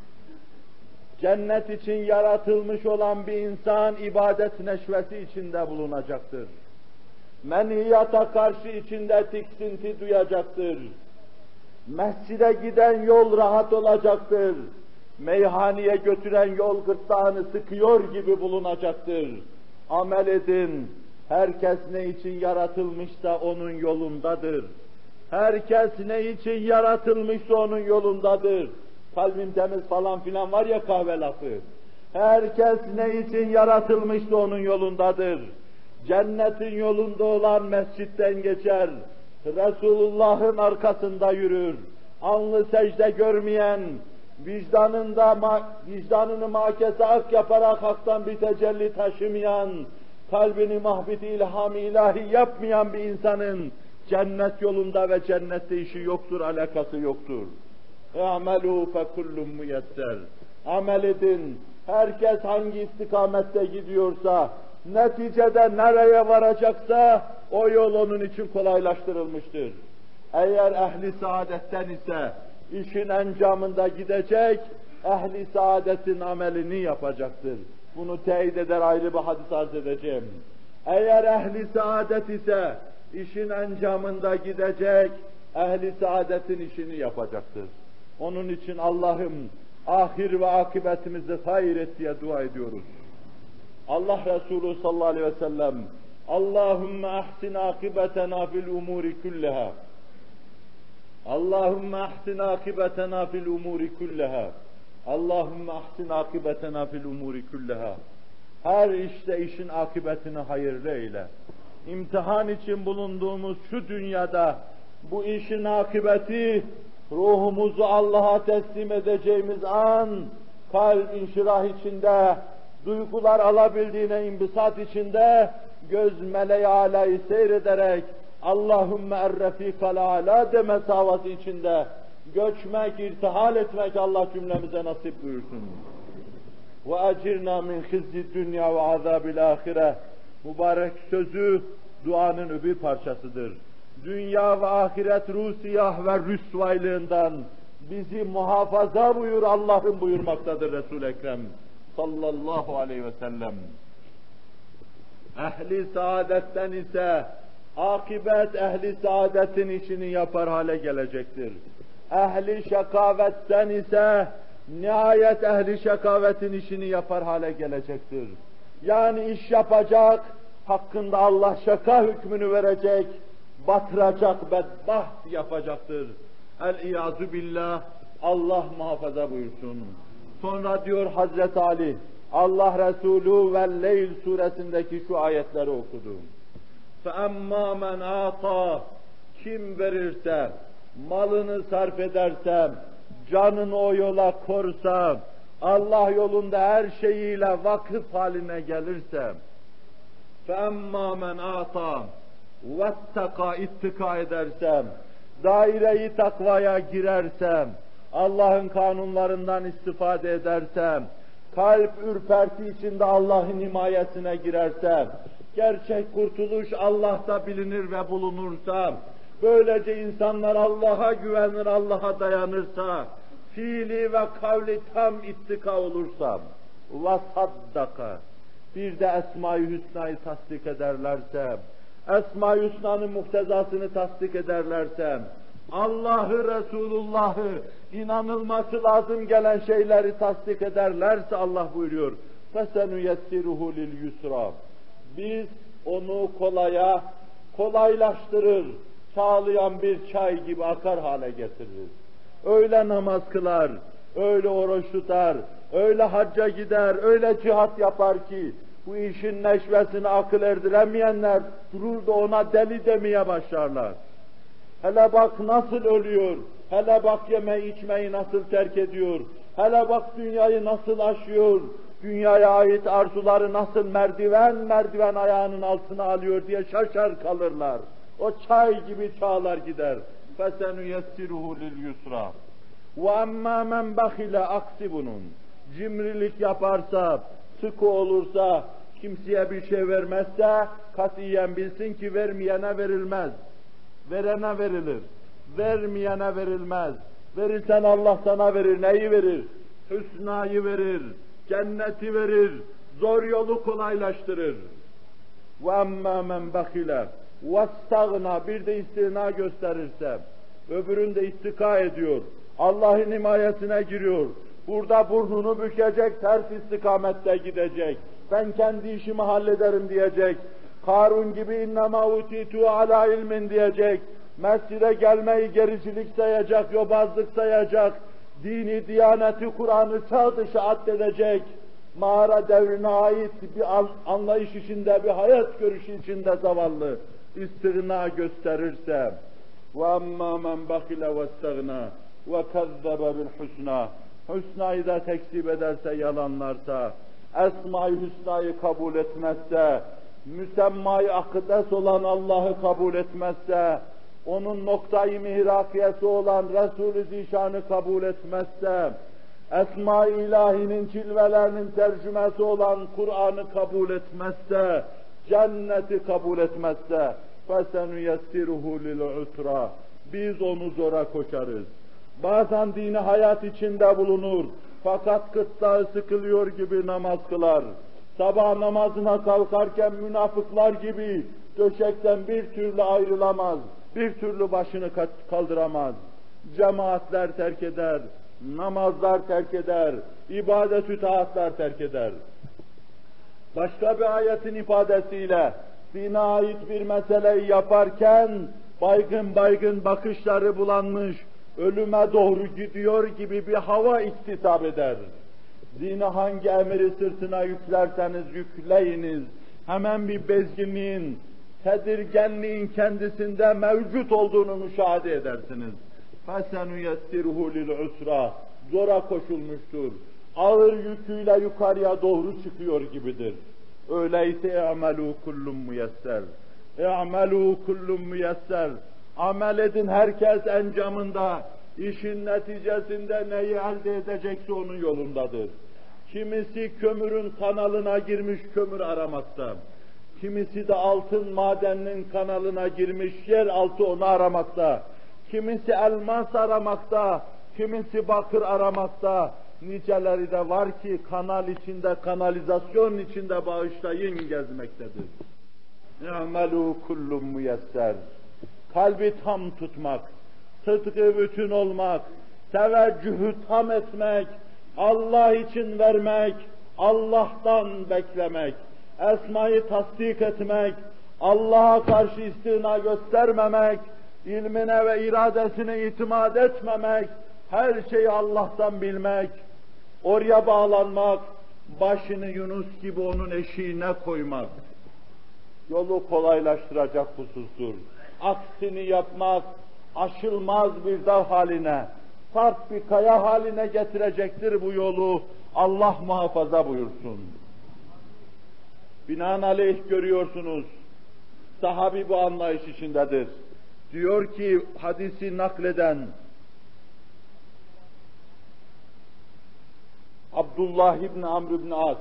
Cennet için yaratılmış olan bir insan ibadet neşvesi içinde bulunacaktır. Menhiyata karşı içinde tiksinti duyacaktır. Mescide giden yol rahat olacaktır. Meyhaneye götüren yol gırtlağını sıkıyor gibi bulunacaktır. Amel edin. Herkes ne için yaratılmışsa onun yolundadır. Herkes ne için yaratılmışsa onun yolundadır. Kalbim temiz falan filan var ya kahve lafı. Herkes ne için yaratılmışsa onun yolundadır. Cennetin yolunda olan mescitten geçer. Resulullah'ın arkasında yürür. Alnı secde görmeyen, vicdanında vicdanını makese ak yaparak haktan bir tecelli taşımayan, kalbini mahbit ilham-ı ilahi yapmayan bir insanın cennet yolunda ve cennette işi yoktur, alakası yoktur. اَعْمَلُوا فَكُلُّمْ مُيَسَّرٍ Amel edin. Herkes hangi istikamette gidiyorsa, neticede nereye varacaksa o yol onun için kolaylaştırılmıştır. Eğer ehli saadetten ise işin encamında gidecek, ehli saadetin amelini yapacaktır. Bunu teyit eder ayrı bir hadis arz edeceğim. Eğer ehli saadet ise işin encamında gidecek, ehli saadetin işini yapacaktır. Onun için Allah'ım ahir ve akıbetimizi hayır et diye dua ediyoruz. Allah Resulü sallallahu aleyhi ve sellem Allahümme ahsin akıbetena fil umuri kulliha Allahümme ahsin akıbetena fil umuri kulliha Allahümme ahsin akıbetena fil umuri kulliha Her işte işin akıbetini hayırlı eyle. İmtihan için bulunduğumuz şu dünyada bu işin akıbeti ruhumuzu Allah'a teslim edeceğimiz an kalp inşirah içinde, duygular alabildiğine imbisat içinde, göz meleği âlâyı seyrederek Allahümme er-refîkal âlâ deme savası içinde göçmek, irtihal etmek Allah cümlemize nasip buyursun. Ve ecirna min hizzi dünya ve azâbil âhire. Mübarek sözü duanın öbür parçasıdır. Dünya ve ahiret rusiyah ve rüsvaylığından bizi muhafaza buyur Allah'ın buyurmaktadır Resul-i Ekrem sallallahu aleyhi ve sellem. Ehli saadetten ise akibet ehli saadetin işini yapar hale gelecektir. ehli şakavetten ise nihayet ehli şakavetin işini yapar hale gelecektir. Yani iş yapacak, hakkında Allah şaka hükmünü verecek, batıracak, bedbaht yapacaktır. El-İyâzü billah, Allah muhafaza buyursun. Sonra diyor Hazreti Ali, Allah Resulü ve Leyl suresindeki şu ayetleri okudu. فَاَمَّا مَنْ آتَى Kim verirse, malını sarf ederse, canını o yola korsa, Allah yolunda her şeyiyle vakıf haline gelirse, فَاَمَّا مَنْ آتَى وَاتَّقَى ittika edersem, daire-i takvaya girersem, Allah'ın kanunlarından istifade edersem, kalp ürperti içinde Allah'ın himayesine girersem, gerçek kurtuluş Allah'ta bilinir ve bulunursa, böylece insanlar Allah'a güvenir, Allah'a dayanırsa, fiili ve kavli tam ittika olursa, وَصَدَّقَ bir de Esma-i Hüsna'yı tasdik ederlerse, Esma-i Hüsna'nın muhtezasını tasdik ederlerse, Allah'ı, Resulullah'ı, inanılması lazım gelen şeyleri tasdik ederlerse Allah buyuruyor, فَسَنُيَسِّرُهُ لِلْيُسْرَى Biz onu kolaya, kolaylaştırır, çağlayan bir çay gibi akar hale getiririz. Öyle namaz kılar, öyle oruç tutar, öyle hacca gider, öyle cihat yapar ki, bu işin neşvesini akıl erdiremeyenler durur da ona deli demeye başlarlar. Hele bak nasıl ölüyor, hele bak yemeği içmeyi nasıl terk ediyor, hele bak dünyayı nasıl aşıyor, dünyaya ait arzuları nasıl merdiven merdiven ayağının altına alıyor diye şaşar kalırlar. O çay gibi çağlar gider. فَسَنُيَسِّرُهُ لِلْيُسْرَى وَاَمَّا مَنْ بَخِلَ aksi bunun. Cimrilik yaparsa, sıkı olursa, kimseye bir şey vermezse, katiyen bilsin ki vermeyene verilmez. Verene verilir, vermeyene verilmez. Verirsen Allah sana verir, neyi verir? Hüsnayı verir, cenneti verir, zor yolu kolaylaştırır. وَاَمَّا مَنْ بَخِلَ وَاسْتَغْنَى bir de istina gösterirse, öbüründe ittika ediyor, Allah'ın himayesine giriyor, burada burnunu bükecek, ters istikamette gidecek, ben kendi işimi hallederim diyecek, Karun gibi innema utitu ala ilmin diyecek, mescide gelmeyi gericilik sayacak, yobazlık sayacak, dini, diyaneti, Kur'an'ı çağ dışı addedecek, mağara devrine ait bir anlayış içinde, bir hayat görüşü içinde zavallı istigna gösterirse, وَاَمَّا مَنْ بَخِلَ وَاسْتَغْنَى وَكَذَّبَ بِالْحُسْنَى Hüsna'yı da tekzip ederse, yalanlarsa, Esma-i Hüsna'yı kabul etmezse, müsemma-i akdes olan Allah'ı kabul etmezse, onun noktayı mihrakiyesi olan Resul-i Zişan'ı kabul etmezse, Esma-i İlahi'nin cilvelerinin tercümesi olan Kur'an'ı kabul etmezse, cenneti kabul etmezse, فَسَنُيَسِّرُهُ لِلْعُسْرَى Biz onu zora koşarız. Bazen dini hayat içinde bulunur, fakat kıtlığı sıkılıyor gibi namaz kılar. Sabah namazına kalkarken münafıklar gibi döşekten bir türlü ayrılamaz, bir türlü başını kaldıramaz. Cemaatler terk eder, namazlar terk eder, ibadet-ü taatlar terk eder. Başka bir ayetin ifadesiyle dine ait bir meseleyi yaparken baygın baygın bakışları bulanmış, ölüme doğru gidiyor gibi bir hava iktisap eder. Dine hangi emri sırtına yüklerseniz yükleyiniz, hemen bir bezginliğin, tedirgenliğin kendisinde mevcut olduğunu müşahede edersiniz. فَسَنُيَسِّرُهُ لِلْعُسْرَى Zora koşulmuştur. Ağır yüküyle yukarıya doğru çıkıyor gibidir. Öyleyse اَعْمَلُوا كُلُّمْ مُيَسَّرٍ اَعْمَلُوا كُلُّمْ مُيَسَّرٍ Amel edin, herkes encamında, işin neticesinde neyi elde edecekse onun yolundadır. Kimisi kömürün kanalına girmiş kömür aramakta. Kimisi de altın madeninin kanalına girmiş yer altı onu aramakta. Kimisi elmas aramakta, kimisi bakır aramakta. Niceleri de var ki kanal içinde, kanalizasyon içinde bağışlayın gezmektedir. اَعْمَلُوا كُلُّمْ مُيَسَّرٍ Kalbi tam tutmak, sıdkı bütün olmak, teveccühü tam etmek, Allah için vermek, Allah'tan beklemek, esmayı tasdik etmek, Allah'a karşı istina göstermemek, ilmine ve iradesine itimat etmemek, her şeyi Allah'tan bilmek, oraya bağlanmak, başını Yunus gibi onun eşiğine koymak, yolu kolaylaştıracak husustur. Aksini yapmak, aşılmaz bir dağ haline, sert bir kaya haline getirecektir bu yolu, Allah muhafaza buyursun. Binaenaleyh görüyorsunuz, sahabi bu anlayış içindedir. Diyor ki hadisi nakleden Abdullah ibn Amr ibn As,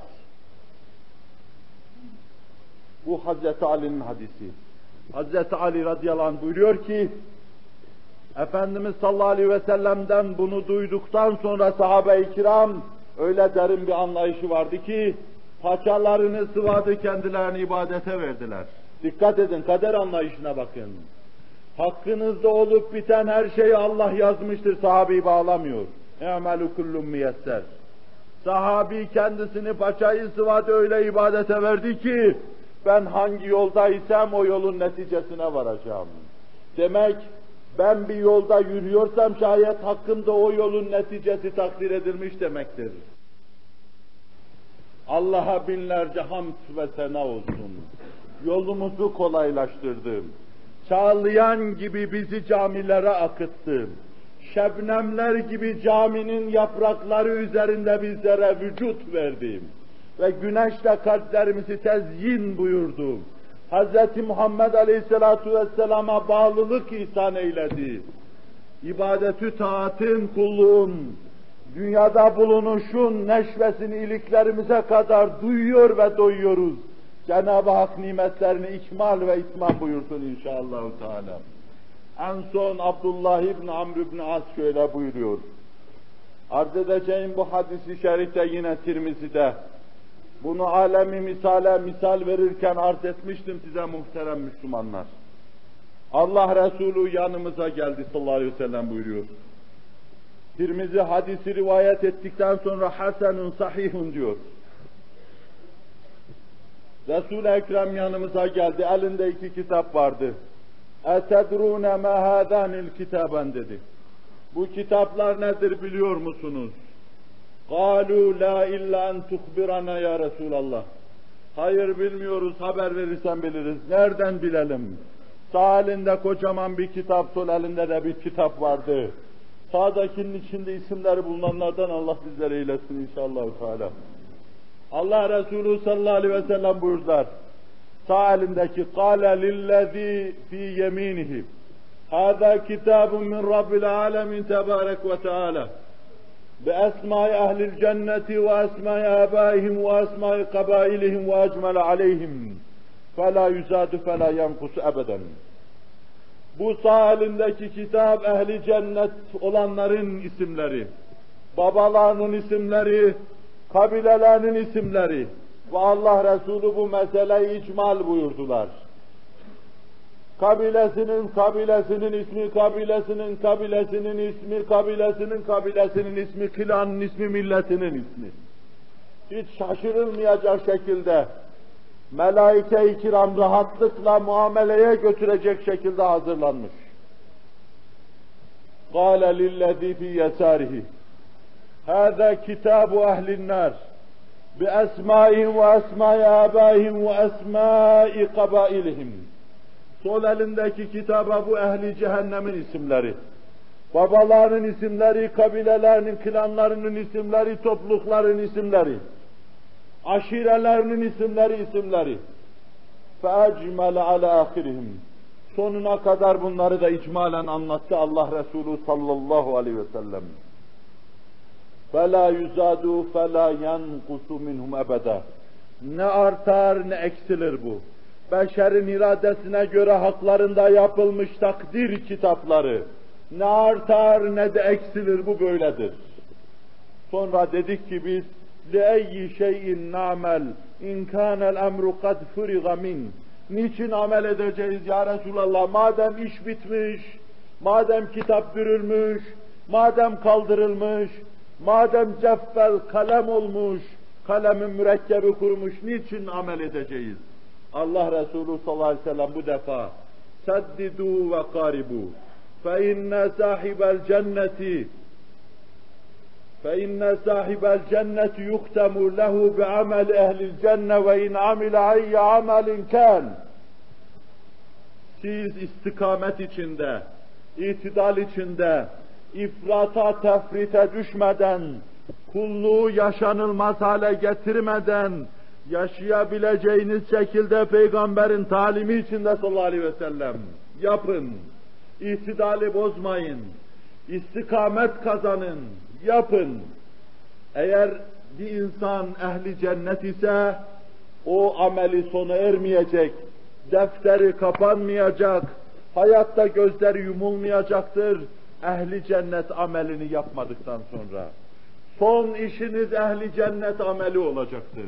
bu Hazreti Ali'nin hadisi. Hazreti Ali radıyallahu anh buyuruyor ki, Efendimiz sallallahu aleyhi ve sellem'den bunu duyduktan sonra sahabe-i kiram öyle derin bir anlayışı vardı ki, paçalarını sıvadı, kendilerini ibadete verdiler. Dikkat edin, kader anlayışına bakın. Hakkınızda olup biten her şeyi Allah yazmıştır, sahabeyi bağlamıyor. اَعْمَلُ كُلُّمْ مِيَسَّرٍ. Sahabi kendisini paçayı sıvadı, öyle ibadete verdi ki, ben hangi yoldaysam o yolun neticesine varacağım. Demek, ben bir yolda yürüyorsam şayet hakkımda o yolun neticesi takdir edilmiş demektir. Allah'a binlerce hamd ve sena olsun. Yolumuzu kolaylaştırdı. Çağlayan gibi bizi camilere akıttı. Şebnemler gibi caminin yaprakları üzerinde bizlere vücut verdi. Ve güneşle kalplerimizi tezyin buyurdu. Hz. Muhammed Aleyhisselatu Vesselam'a bağlılık ihsan eyledi. İbadetü taatın, kulluğun, dünyada bulunuşun neşvesini iliklerimize kadar duyuyor ve doyuyoruz. Cenab-ı Hak nimetlerini ikmal ve itmam buyursun inşallah Teala. En son Abdullah ibn Amr ibn As şöyle buyuruyor. Arz edeceğim bu hadisi şerifte yine Tirmizi'de. Bunu alemi misale misal verirken arz etmiştim size muhterem Müslümanlar. Allah Resulü yanımıza geldi sallallahu aleyhi ve sellem buyuruyor. Tirmizi hadisi rivayet ettikten sonra hasenun sahihun diyor. Resul-i Ekrem yanımıza geldi, elinde iki kitap vardı. اَتَدْرُونَ مَا هَذَانِ الْكِتَابًا dedi. Bu kitaplar nedir biliyor musunuz? قَالُوا لَا اِلَّا اَنْ تُخْبِرَنَا ya Resulallah. Hayır bilmiyoruz, haber verirsen biliriz. Nereden bilelim? Sağ elinde kocaman bir kitap, sol elinde de bir kitap vardı. Sağdakinin içinde isimleri bulunanlardan Allah bizleri eylesin inşallah Teala. Allah Resulü sallallahu aleyhi ve sellem buyurdular. Sağ elindeki قَالَ لِلَّذ۪ي ف۪ي يَم۪ينِهِ هَذَا كِتَابٌ مِنْ رَبِّ الْعَالَمِينَ تَبَارَكَ وَتَعَالَى بِأَسْمَاءِ أَهْلِ الْجَنَّةِ وَأَسْمَاءِ آبَائِهِمْ وَأَسْمَاءِ قَبَائِلِهِمْ وَأَجْمَلَ عَلَيْهِمْ فَلَا يُزَادُ فَلَا يَنْقُسُ أَبَدًا. Bu sağ elindeki kitap ehli cennet olanların isimleri, babalarının isimleri, kabilelerinin isimleri ve Allah Resulü bu meseleyi icmal buyurdular. Kabilesinin kabilesinin ismi, kabilesinin kabilesinin ismi, kabilesinin kabilesinin ismi, klanın ismi, milletinin ismi. Hiç şaşırılmayacak şekilde melaike-i kiram rahatlıkla muameleye götürecek şekilde hazırlanmış. قَالَ لِلَّذ۪ي فِي يَسَارِهِ هَذَا كِتَابُ اَهْلِ النَّارِ بِأَسْمَائِهِمْ وَأَسْمَاءِ آبَائِهِمْ وَأَسْمَاءِ قَبَائِلِهِمْ. Sol elindeki kitaba bu ehli cehennemin isimleri, babalarının isimleri, kabilelerinin, klanlarının isimleri, toplulukların isimleri, aşirelerinin isimleri, isimleri. فَاَجْمَلَ عَلَى آخِرِهِمْ. Sonuna kadar bunları da icmalen anlattı Allah Resulü sallallahu aleyhi ve sellem. فَلَا يُزَادُوا فَلَا يَنْقُسُ مِنْهُمْ اَبَدًا. Ne artar ne eksilir bu. Beşerin iradesine göre haklarında yapılmış takdir kitapları. Ne artar ne de eksilir, bu böyledir. Sonra dedik ki biz لِأَيِّ شَيْءٍ نَعْمَلْ اِنْ كَانَ الْاَمْرُ قَدْ فُرِغَ مِنْ. Niçin amel edeceğiz ya Resulallah? Madem iş bitmiş, madem kitap bürülmüş, madem kaldırılmış, madem ceffel kalem olmuş, kalemin mürekkebi kurmuş, niçin amel edeceğiz? Allah Resulü sallallahu aleyhi ve sellem bu defa seddidu ve karibu fe inne sahibel cenneti fe inne sahibel cenneti yuktemu lehu bi amel ehlil cenne ve in amile ayye amelin kan. Siz istikamet içinde, itidal içinde, ifrata tefrite düşmeden, kulluğu yaşanılmaz hale getirmeden, yaşayabileceğiniz şekilde Peygamberin talimi içinde sallallahu aleyhi ve sellem yapın. İtidali bozmayın. İstikamet kazanın. Yapın. Eğer bir insan ehli cennet ise o ameli sona ermeyecek. Defteri kapanmayacak. Hayatta gözleri yumulmayacaktır. Ehli cennet amelini yapmadıktan sonra. Son işiniz ehli cennet ameli olacaktır.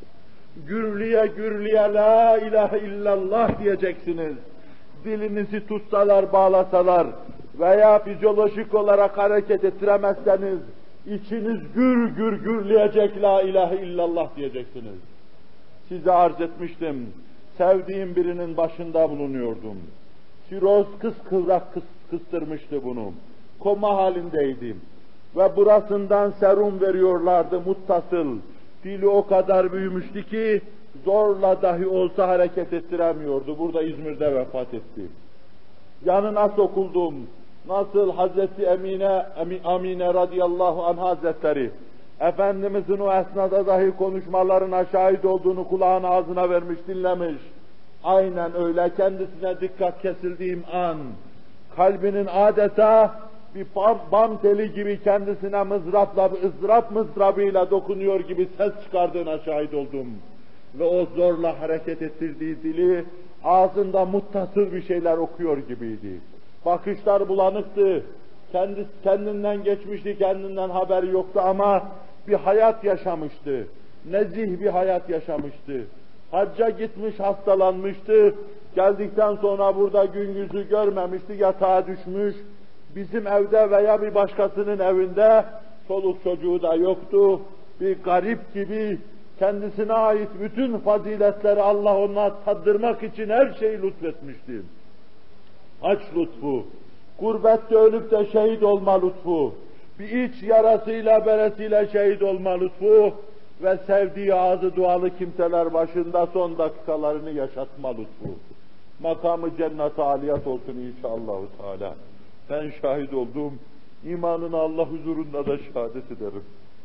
Gürlüye gürlüye la ilahe illallah diyeceksiniz. Dilinizi tutsalar, bağlasalar veya fizyolojik olarak hareket ettiremezseniz içiniz gür gür gürleyecek la ilahe illallah diyeceksiniz. Size arz etmiştim. Sevdiğim birinin başında bulunuyordum. Siroz kıskıvrak kıs, kıstırmıştı bunu. Koma halindeydim. Ve burasından serum veriyorlardı muttasıl. Dili o kadar büyümüştü ki zorla dahi olsa hareket ettiremiyordu. Burada İzmir'de vefat etti. Yanına sokuldum. Nasıl Hazreti Emine, Amine radıyallahu anh hazretleri, Efendimizin o esnada dahi konuşmalarına şahit olduğunu kulağına ağzına vermiş, dinlemiş. Aynen öyle kendisine dikkat kesildiğim an, kalbinin adeta bir bam, bam teli gibi kendisine mızrapla, ızdırap mızrabıyla dokunuyor gibi ses çıkardığına şahit oldum. Ve o zorla hareket ettirdiği dili ağzında muttasıl bir şeyler okuyor gibiydi. Bakışlar bulanıktı, kendisi kendinden geçmişti, kendinden haberi yoktu ama bir hayat yaşamıştı, nezih bir hayat yaşamıştı. Hacca gitmiş, hastalanmıştı, geldikten sonra burada gün yüzü görmemişti, yatağa düşmüş, bizim evde veya bir başkasının evinde çoluk çocuğu da yoktu, bir garip gibi kendisine ait bütün faziletleri Allah ona tattırmak için her şeyi lütfetmişti. Hac lütfu, gurbette ölüp de şehit olma lütfu, bir iç yarasıyla beresiyle şehit olma lütfu ve sevdiği ağzı dualı kimseler başında son dakikalarını yaşatma lütfu. Makamı cennet-i aliyat olsun inşallah Teala. Ben şahit oldum, imanına Allah huzurunda da şehadet ederim.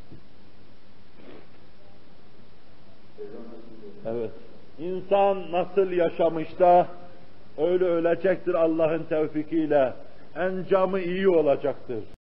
Evet, insan nasıl yaşamışsa öyle ölecektir Allah'ın tevfikiyle, encamı iyi olacaktır.